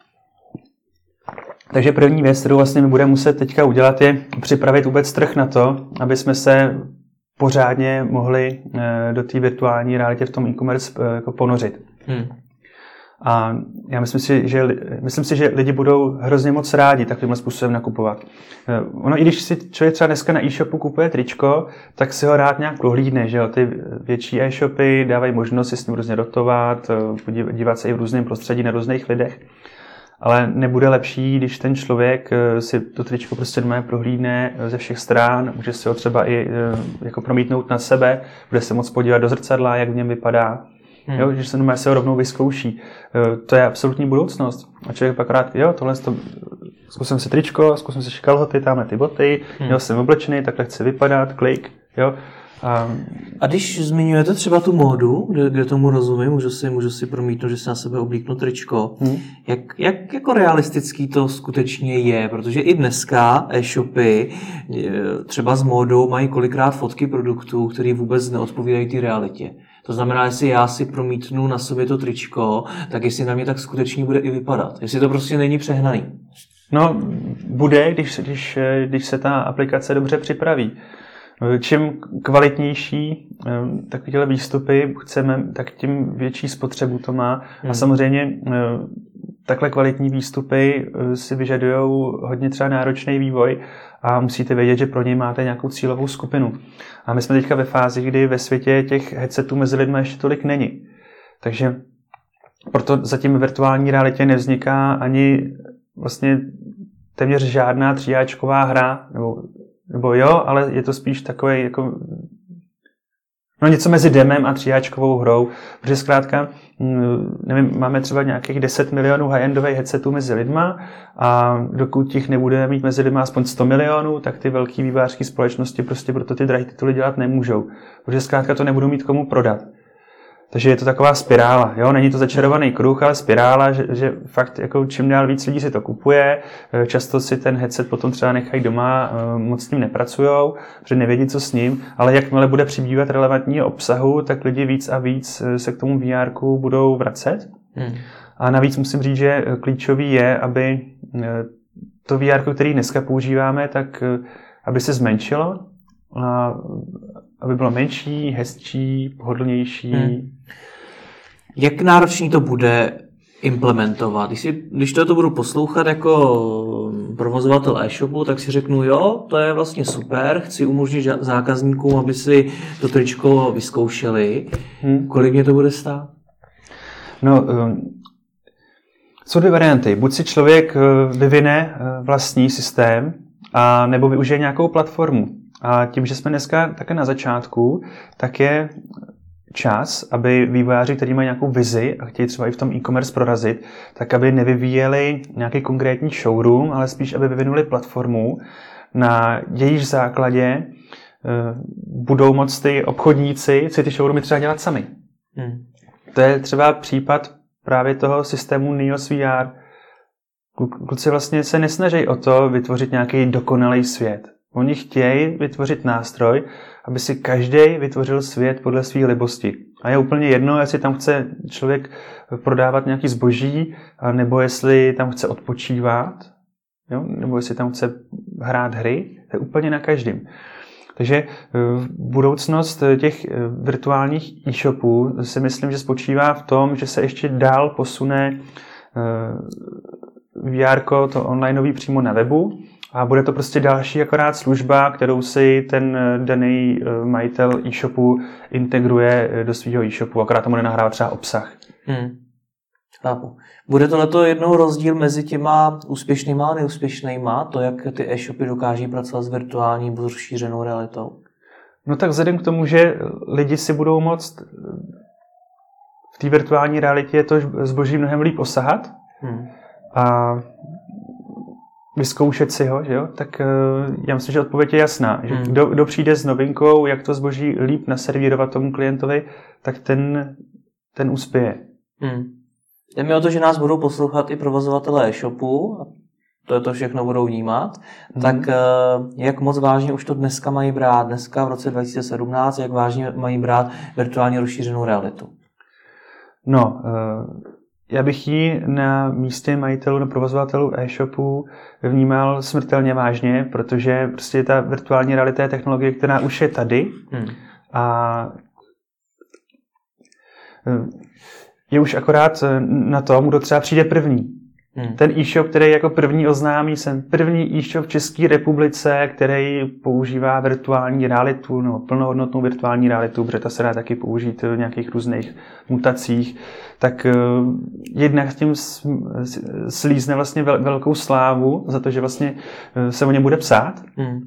Takže první věc, kterou vlastně my budeme muset teďka udělat, je připravit vůbec trh na to, aby jsme se pořádně mohli uh, do té virtuální realitě v tom e-commerce uh, jako ponořit. Hmm. A já myslím si, že, myslím si, že lidi budou hrozně moc rádi takovýmhle způsobem nakupovat. Ono, i když si člověk třeba dneska na e-shopu kupuje tričko, tak si ho rád nějak prohlídne, že jo? Ty větší e-shopy dávají možnost si s ním různě dotovat, dívat se i v různém prostředí na různých lidech. Ale nebude lepší, když ten člověk si to tričko prostě doma prohlídne ze všech stran, může si ho třeba i jako promítnout na sebe, bude se moc podívat do zrcadla, jak v něm vypadá. Hmm. Jo, že se doma se ho rovnou vyzkouší. To je absolutní budoucnost. A člověk pak rád, jo, tohle to, zkusím si tričko, zkusím si kalhoty, tamhle ty boty, hmm. jo, jsem oblečený, takhle chci vypadat, klik, jo. A, a když zmiňujete třeba tu módu, kde, kde tomu rozumím, můžu si, můžu si promítnout, že si na sebe oblíknu tričko, hmm. jak, jak jako realistický to skutečně je, protože i dneska e-shopy třeba s módou mají kolikrát fotky produktů, které vůbec neodpovídají té realitě. To znamená, jestli já si promítnu na sobě to tričko, tak jestli na mě tak skutečně bude i vypadat. Jestli to prostě není přehnaný. No, bude, když, když, když se ta aplikace dobře připraví. Čím kvalitnější takovéhle výstupy chceme, tak tím větší spotřebu to má. Hmm. A samozřejmě takhle kvalitní výstupy si vyžadují hodně třeba náročný vývoj a musíte vědět, že pro něj máte nějakou cílovou skupinu. A my jsme teďka ve fázi, kdy ve světě těch headsetů mezi lidmi ještě tolik není. Takže proto zatím v virtuální realitě nevzniká ani vlastně téměř žádná tříáčková hra, nebo Nebo jo, ale je to spíš takový jako no něco mezi demem a tříáčkovou hrou, protože zkrátka, nevím, máme třeba nějakých deset milionů high-endových headsetů mezi lidma a dokud těch nebudeme mít mezi lidma aspoň sto milionů, tak ty velký vývojářské společnosti prostě proto ty drahé tituly dělat nemůžou, protože zkrátka to nebudou mít komu prodat. Takže je to taková spirála, jo, není to začarovaný kruh, ale spirála, že, že fakt jako čím dál víc lidí si to kupuje, často si ten headset potom třeba nechají doma, moc s ním nepracujou, protože nevědí, co s ním, ale jakmile bude přibývat relevantního obsahu, tak lidi víc a víc se k tomu vé érku budou vracet. Hmm. A navíc musím říct, že klíčový je, aby to vé érko, který dneska používáme, tak aby se zmenšilo, a aby bylo menší, hezčí, pohodlnější. Hmm. Jak náročný to bude implementovat? Když, si, když to, to budu poslouchat jako provozovatel e-shopu, tak si řeknu, jo, to je vlastně super, chci umožnit zákazníkům, aby si to tričko vyzkoušeli. Hmm. Kolik mě to bude stát? No, um, jsou dvě varianty. Buď si člověk vyvine vlastní systém, a nebo využije nějakou platformu. A tím, že jsme dneska také na začátku, tak je čas, aby vývojáři, kteří mají nějakou vizi a chtějí třeba i v tom e-commerce prorazit, tak aby nevyvíjeli nějaký konkrétní showroom, ale spíš, aby vyvinuli platformu, na jejíž základě budou moct ty obchodníci si ty showroomy třeba dělat sami. Hmm. To je třeba případ právě toho systému Nios V R. Kluci vlastně se nesnaží o to vytvořit nějaký dokonalý svět. Oni chtějí vytvořit nástroj, aby si každý vytvořil svět podle své libosti. A je úplně jedno, jestli tam chce člověk prodávat nějaký zboží, nebo jestli tam chce odpočívat, jo? Nebo jestli tam chce hrát hry. To je úplně na každém. Takže budoucnost těch virtuálních e-shopů si myslím, že spočívá v tom, že se ještě dál posune V R, to onlineový přímo na webu, a bude to prostě další akorát služba, kterou si ten daný majitel e-shopu integruje do svého e-shopu, akorát tomu nenahrávat třeba obsah. Hmm. Chápu. Bude tohleto jednou rozdíl mezi těma úspěšnýma a neúspěšnýma, to, jak ty e-shopy dokáží pracovat s virtuální nebo rozšířenou realitou? No tak vzhledem k tomu, že lidi si budou moct v té virtuální realitě to zboží mnohem líp osahat hmm. a vyzkoušet si ho, že jo? Tak já myslím, že odpověď je jasná. Že hmm. kdo, kdo přijde s novinkou, jak to zboží líp naservírovat tomu klientovi, tak ten, ten uspěje. Hmm. Jde mi o to, že nás budou poslouchat i provozovatelé e-shopu, to je to všechno budou vnímat, hmm. tak jak moc vážně už to dneska mají brát, dneska v roce dva tisíce sedmnáct, jak vážně mají brát virtuálně rozšířenou realitu? No, já bych ji na místě majitelů, na provozovatelů e-shopů vnímal smrtelně vážně, protože prostě ta virtuální realita je technologie, která už je tady hmm. a je už akorát na tom, kdo třeba přijde první. Hmm. Ten e-shop, který jako první oznámí, jsem první e-shop v České republice, který používá virtuální realitu, no, plnohodnotnou virtuální realitu, protože ta se dá taky použít v nějakých různých mutacích, tak uh, jednak s tím slízne vlastně vel, velkou slávu za to, že vlastně uh, se o něm bude psát. Hmm.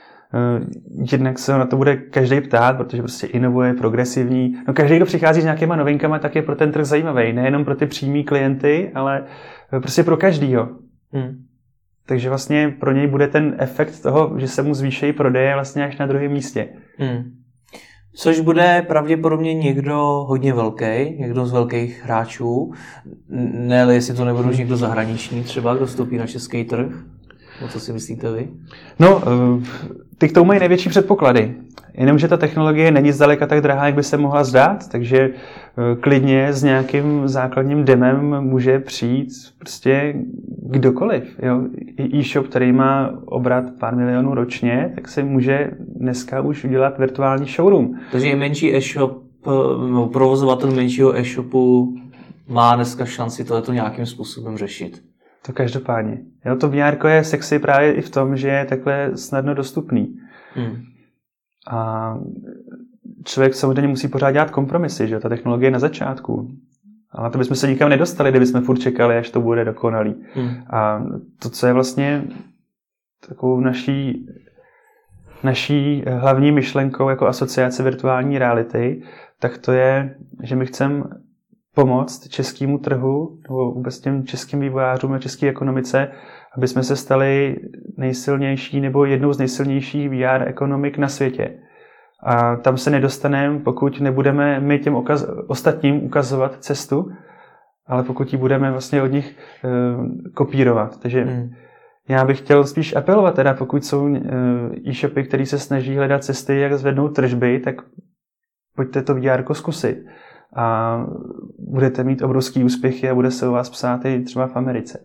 Jednak se na to bude každý ptát, protože prostě inovuje, progresivní. No každý, kdo přichází s nějakýma novinkama, tak je pro ten trh zajímavý. Nejenom pro ty přímý klienty, ale prostě pro každýho. Hmm. Takže vlastně pro něj bude ten efekt toho, že se mu zvýšejí prodeje vlastně až na druhém místě. Hmm. Což bude pravděpodobně někdo hodně velký, někdo z velkých hráčů. Ne, ale jestli to nebude už někdo zahraniční třeba, kdo vstoupí na český trh. O co si myslíte vy? No, ty k tomu mají největší předpoklady. Jenomže ta technologie není zdaleka tak drahá, jak by se mohla zdát, takže klidně s nějakým základním demem může přijít prostě kdokoliv. Jo? E-shop, který má obrat pár milionů ročně, tak se může dneska už udělat virtuální showroom. Takže i menší e-shop, no, provozovatel menšího e-shopu má dneska šanci tohleto nějakým způsobem řešit. To každopádně. Jo, to vé er je sexy právě i v tom, že je takhle snadno dostupný. Hmm. A člověk samozřejmě musí pořád dělat kompromisy, že ta technologie je na začátku. Ale to bychom se nikam nedostali, kdybychom furt čekali, až to bude dokonalý. Hmm. A to, co je vlastně takovou naší, naší hlavní myšlenkou jako asociace virtuální reality, tak to je, že my chceme pomoct českému trhu nebo vůbec těm českým vývojářům a české ekonomice, aby jsme se stali nejsilnější nebo jednou z nejsilnějších vé er ekonomik na světě. A tam se nedostaneme, pokud nebudeme my těm okaz- ostatním ukazovat cestu, ale pokud ji budeme vlastně od nich e, kopírovat. Takže hmm. já bych chtěl spíš apelovat, teda pokud jsou e, e-shopy, které se snaží hledat cesty, jak zvednout tržby, tak pojďte to vé er zkusit. A budete mít obrovský úspěchy a bude se o vás psát i třeba v Americe.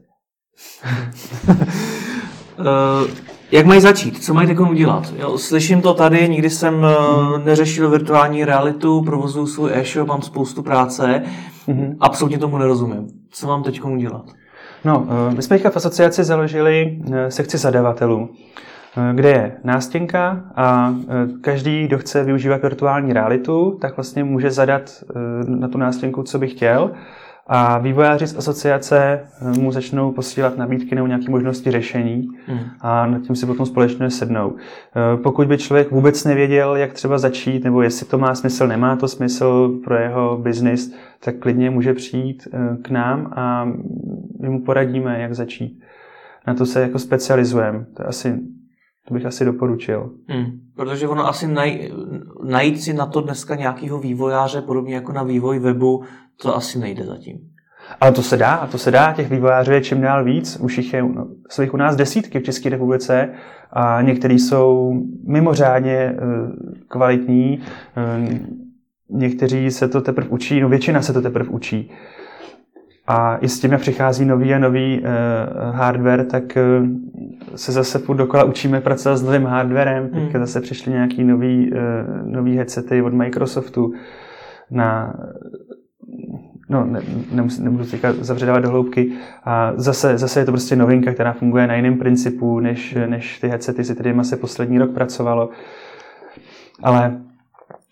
uh, jak mají začít? Co mají takovou udělat? Jo, slyším to tady, nikdy jsem uh, neřešil virtuální realitu, provozuju svůj e-shop, mám spoustu práce, mm-hmm. absolutně tomu nerozumím. Co mám teď udělat? No, uh, my jsme v asociaci založili uh, sekci zadavatelů, kde je nástěnka a každý, kdo chce využívat virtuální realitu, tak vlastně může zadat na tu nástěnku, co by chtěl, a vývojáři z asociace mu začnou posílat nabídky nebo nějaké možnosti řešení hmm. a nad tím si potom společně sednou. Pokud by člověk vůbec nevěděl, jak třeba začít, nebo jestli to má smysl, nemá to smysl pro jeho biznis, tak klidně může přijít k nám a my mu poradíme, jak začít. Na to se jako specializujeme. To asi To bych asi doporučil. Hmm. Protože ono asi naj, najít si na to dneska nějakého vývojáře, podobně jako na vývoj webu, to asi nejde zatím. Ale to se dá, to se dá, těch vývojářů je čím dál víc, už jich je no, jsou jich u nás desítky v České republice a někteří jsou mimořádně uh, kvalitní, uh, někteří se to teprve učí, no většina se to teprve učí. A i s tím, jak přichází nový a nový uh, hardware, tak uh, se zase furt dokola učíme pracovat s novým hardwarem. Teďka hmm. zase přišly nějaký nový, uh, nový headsety od Microsoftu na... No, ne, nemusím, nebudu teďka zavředávat do hloubky. A zase, zase je to prostě novinka, která funguje na jiném principu, než, než ty headsety, se kterými se poslední rok pracovalo. Ale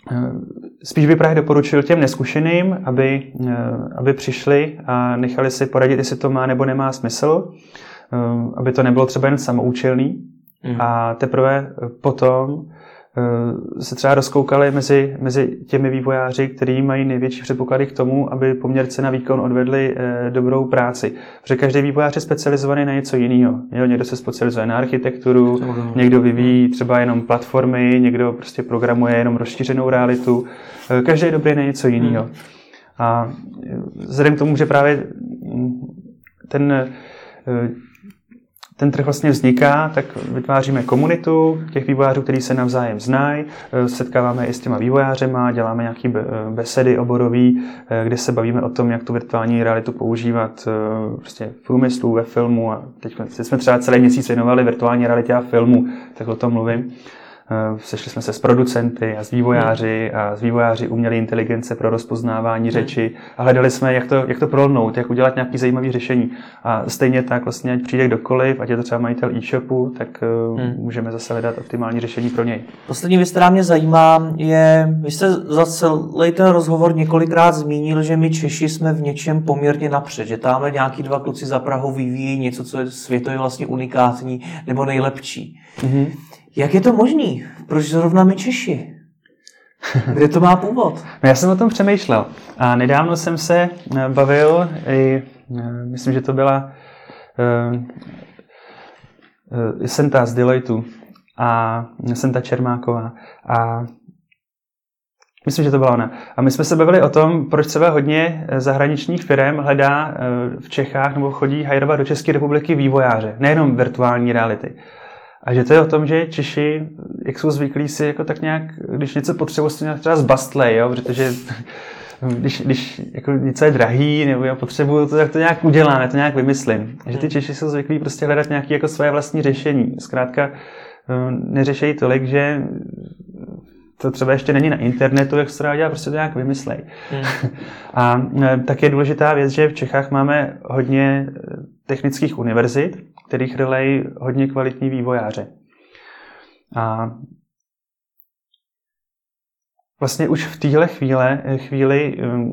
spíš bych právě doporučil těm neskušeným, aby, aby přišli a nechali si poradit, jestli to má nebo nemá smysl, aby to nebylo třeba jen samoučelný. Mm. A teprve potom se třeba rozkoukali mezi, mezi těmi vývojáři, kteří mají největší předpoklady k tomu, aby poměr cena výkon odvedli e, dobrou práci. Protože každý vývojář je specializovaný na něco jiného. Někdo se specializuje na architekturu, mm. někdo vyvíjí třeba jenom platformy, někdo prostě programuje jenom rozšířenou realitu. E, každý je dobrý na něco jiného. Mm. A vzhledem k tomu, že právě ten e, ten trh vlastně vzniká, tak vytváříme komunitu těch vývojářů, kteří se navzájem znají, setkáváme i s těma vývojářema, děláme nějaké besedy oborový, kde se bavíme o tom, jak tu virtuální realitu používat prostě v průmyslu, ve filmu. A teď jsme třeba celý měsíc věnovali virtuální realitě a filmu, tak o tom mluvím. Sešli jsme se s producenty a s vývojáři a s vývojáři umělé inteligence pro rozpoznávání řeči a hledali jsme, jak to, jak to prolnout, jak udělat nějaké zajímavé řešení. A stejně tak vlastně, ať přijde kdokoliv, ať je to třeba majitel e-shopu, tak hmm. můžeme zase hledat optimální řešení pro něj. Poslední věc, která mě zajímá, je, vy jste za celý ten rozhovor několikrát zmínil, že my Češi jsme v něčem poměrně napřed, že tamhle nějaký dva kluci za Prahou vyvíjí něco, co je světově vlastně unikátní nebo nejlepší. Hmm. Jak je to možný? Proč zrovna my Češi? Kde to má původ? No já jsem o tom přemýšlel. A nedávno jsem se bavil, i, myslím, že to byla uh, uh, Senta z Deloitu a Senta Čermáková. A myslím, že to byla ona. A my jsme se bavili o tom, proč třeba hodně zahraničních firm hledá uh, v Čechách nebo chodí hajrovat do České republiky vývojáře. Nejenom virtuální reality. A že to je o tom, že Češi, jak jsou zvyklí si jako tak nějak, když něco potřebují, si nějak třeba zbastlej, jo, protože když, když jako něco je drahý, nebo já potřebuju to, tak to nějak udělám, já to nějak vymyslím. A že ty Češi jsou zvyklí prostě hledat nějaké jako své vlastní řešení. Zkrátka neřešejí tolik, že to třeba ještě není na internetu, jak se to dá dělat, prostě to nějak vymyslej. Mm. A tak je důležitá věc, že v Čechách máme hodně technických univerzit, kterých relejí hodně kvalitní vývojáře. A vlastně už v téhle chvíli, chvíli um,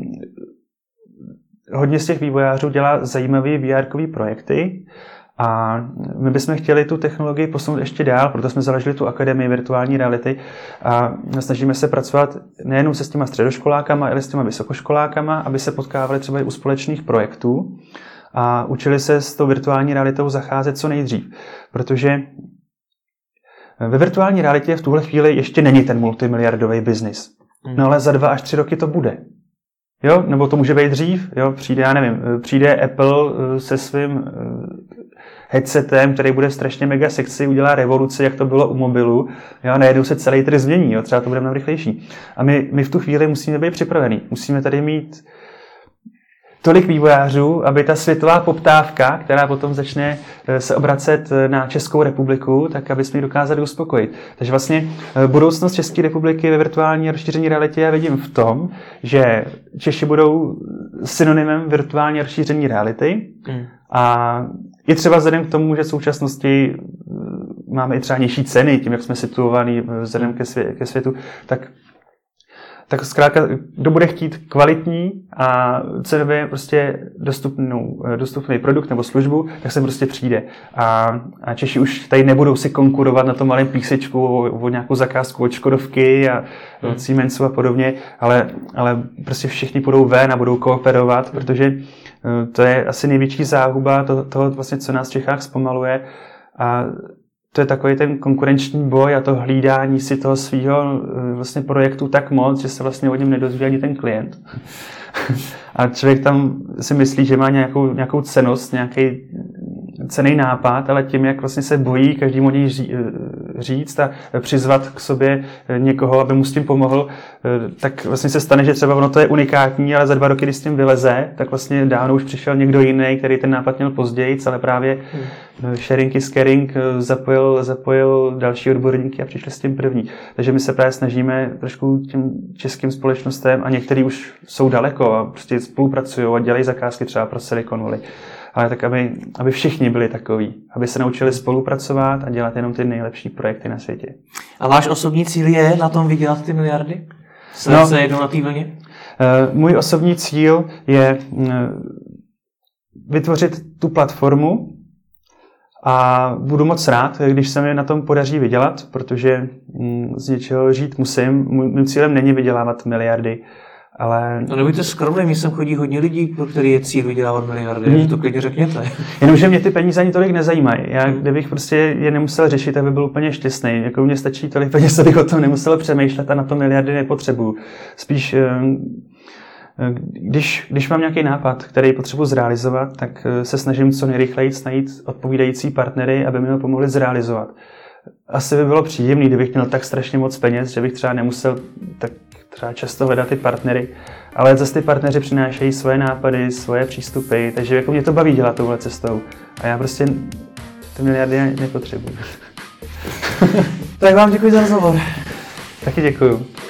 hodně z těch vývojářů dělá zajímavé vé erkové projekty a my bychom chtěli tu technologii posunout ještě dál, proto jsme založili tu Akademii virtuální reality a snažíme se pracovat nejenom se s těma středoškolákama, ale s těma vysokoškolákama, aby se potkávali třeba i u společných projektů a učili se s tou virtuální realitou zacházet co nejdřív. Protože ve virtuální realitě v tuhle chvíli ještě není ten multimiliardový biznis. No ale za dva až tři roky to bude. Jo? Nebo to může být dřív. Jo? Přijde, já nevím, přijde Apple se svým headsetem, který bude strašně mega sexy, udělá revoluci, jak to bylo u mobilu. Jo? A najednou se celý trh změní. Jo? Třeba to bude mnohem rychlejší. A my, my v tu chvíli musíme být připravení. Musíme tady mít tolik vývojářů, aby ta světová poptávka, která potom začne se obracet na Českou republiku, tak aby jsme ji dokázali uspokojit. Takže vlastně budoucnost České republiky ve virtuální a rozšíření realitě já vidím v tom, že Češi budou synonymem virtuální a rozšíření reality mm. a i třeba vzhledem k tomu, že v současnosti máme i třeba nižší ceny, tím, jak jsme situovaní vzhledem ke, svě- ke světu, tak tak zkrátka, kdo bude chtít kvalitní a cenově prostě dostupnou, dostupný produkt nebo službu, tak se prostě přijde. A, a Češi už tady nebudou si konkurovat na tom malém písečku o, o nějakou zakázku od Škodovky a od Siemensu a podobně, ale, ale prostě všichni půjdou ven a budou kooperovat, protože to je asi největší záhuba toho, toho vlastně, co nás v Čechách zpomaluje. A to je takový ten konkurenční boj a to hlídání si toho svého vlastně projektu tak moc, že se vlastně o něm nedozví ani ten klient. A člověk tam si myslí, že má nějakou, nějakou cennost, nějaký cenný nápad, ale tím, jak vlastně se bojí každému o něj říct a přizvat k sobě někoho, aby mu s tím pomohl, tak vlastně se stane, že třeba ono to je unikátní, ale za dva roky, když s tím vyleze, tak vlastně dávno už přišel někdo jiný, který ten nápad měl později, ale právě hmm. sharing is caring zapojil, zapojil další odborníky a přišli s tím první. Takže my se právě snažíme trošku těm českým společnostem a některý už jsou daleko a prostě spolupracují a dělají zakázky třeba pro Silicon Valley. Ale tak, aby, aby všichni byli takoví, aby se naučili spolupracovat a dělat jenom ty nejlepší projekty na světě. A váš osobní cíl je na tom vydělat ty miliardy? Jsme se jednou na té vlně? Můj osobní cíl je vytvořit tu platformu a budu moc rád, když se mi na tom podaří vydělat, protože z něčeho žít musím. Mým cílem není vydělávat miliardy, ale... No nebuďte skromný, mě sem chodí hodně lidí, pro který je cíl vydělávat miliardy, hmm. to klidně řekněte. Jenomže mě ty peníze ani tolik nezajímají. Já, kdybych prostě je nemusel řešit, tak bych byl úplně šťastný. Jako mně stačí tolik peněz, abych o tom nemusel přemýšlet a na to miliardy nepotřebuju. Spíš, když, když mám nějaký nápad, který potřebuji zrealizovat, tak se snažím co nejrychleji najít odpovídající partnery, aby mi ho pomohli zrealizovat. Asi by bylo příjemné, kdybych měl tak strašně moc peněz, že bych třeba nemusel tak třeba často hledat ty partnery, ale zase ty partneři přinášejí svoje nápady, svoje přístupy, takže jako mě to baví dělat touhle cestou a já prostě ty miliardy nepotřebuji. Tak vám děkuji za rozhovor. Taky děkuju.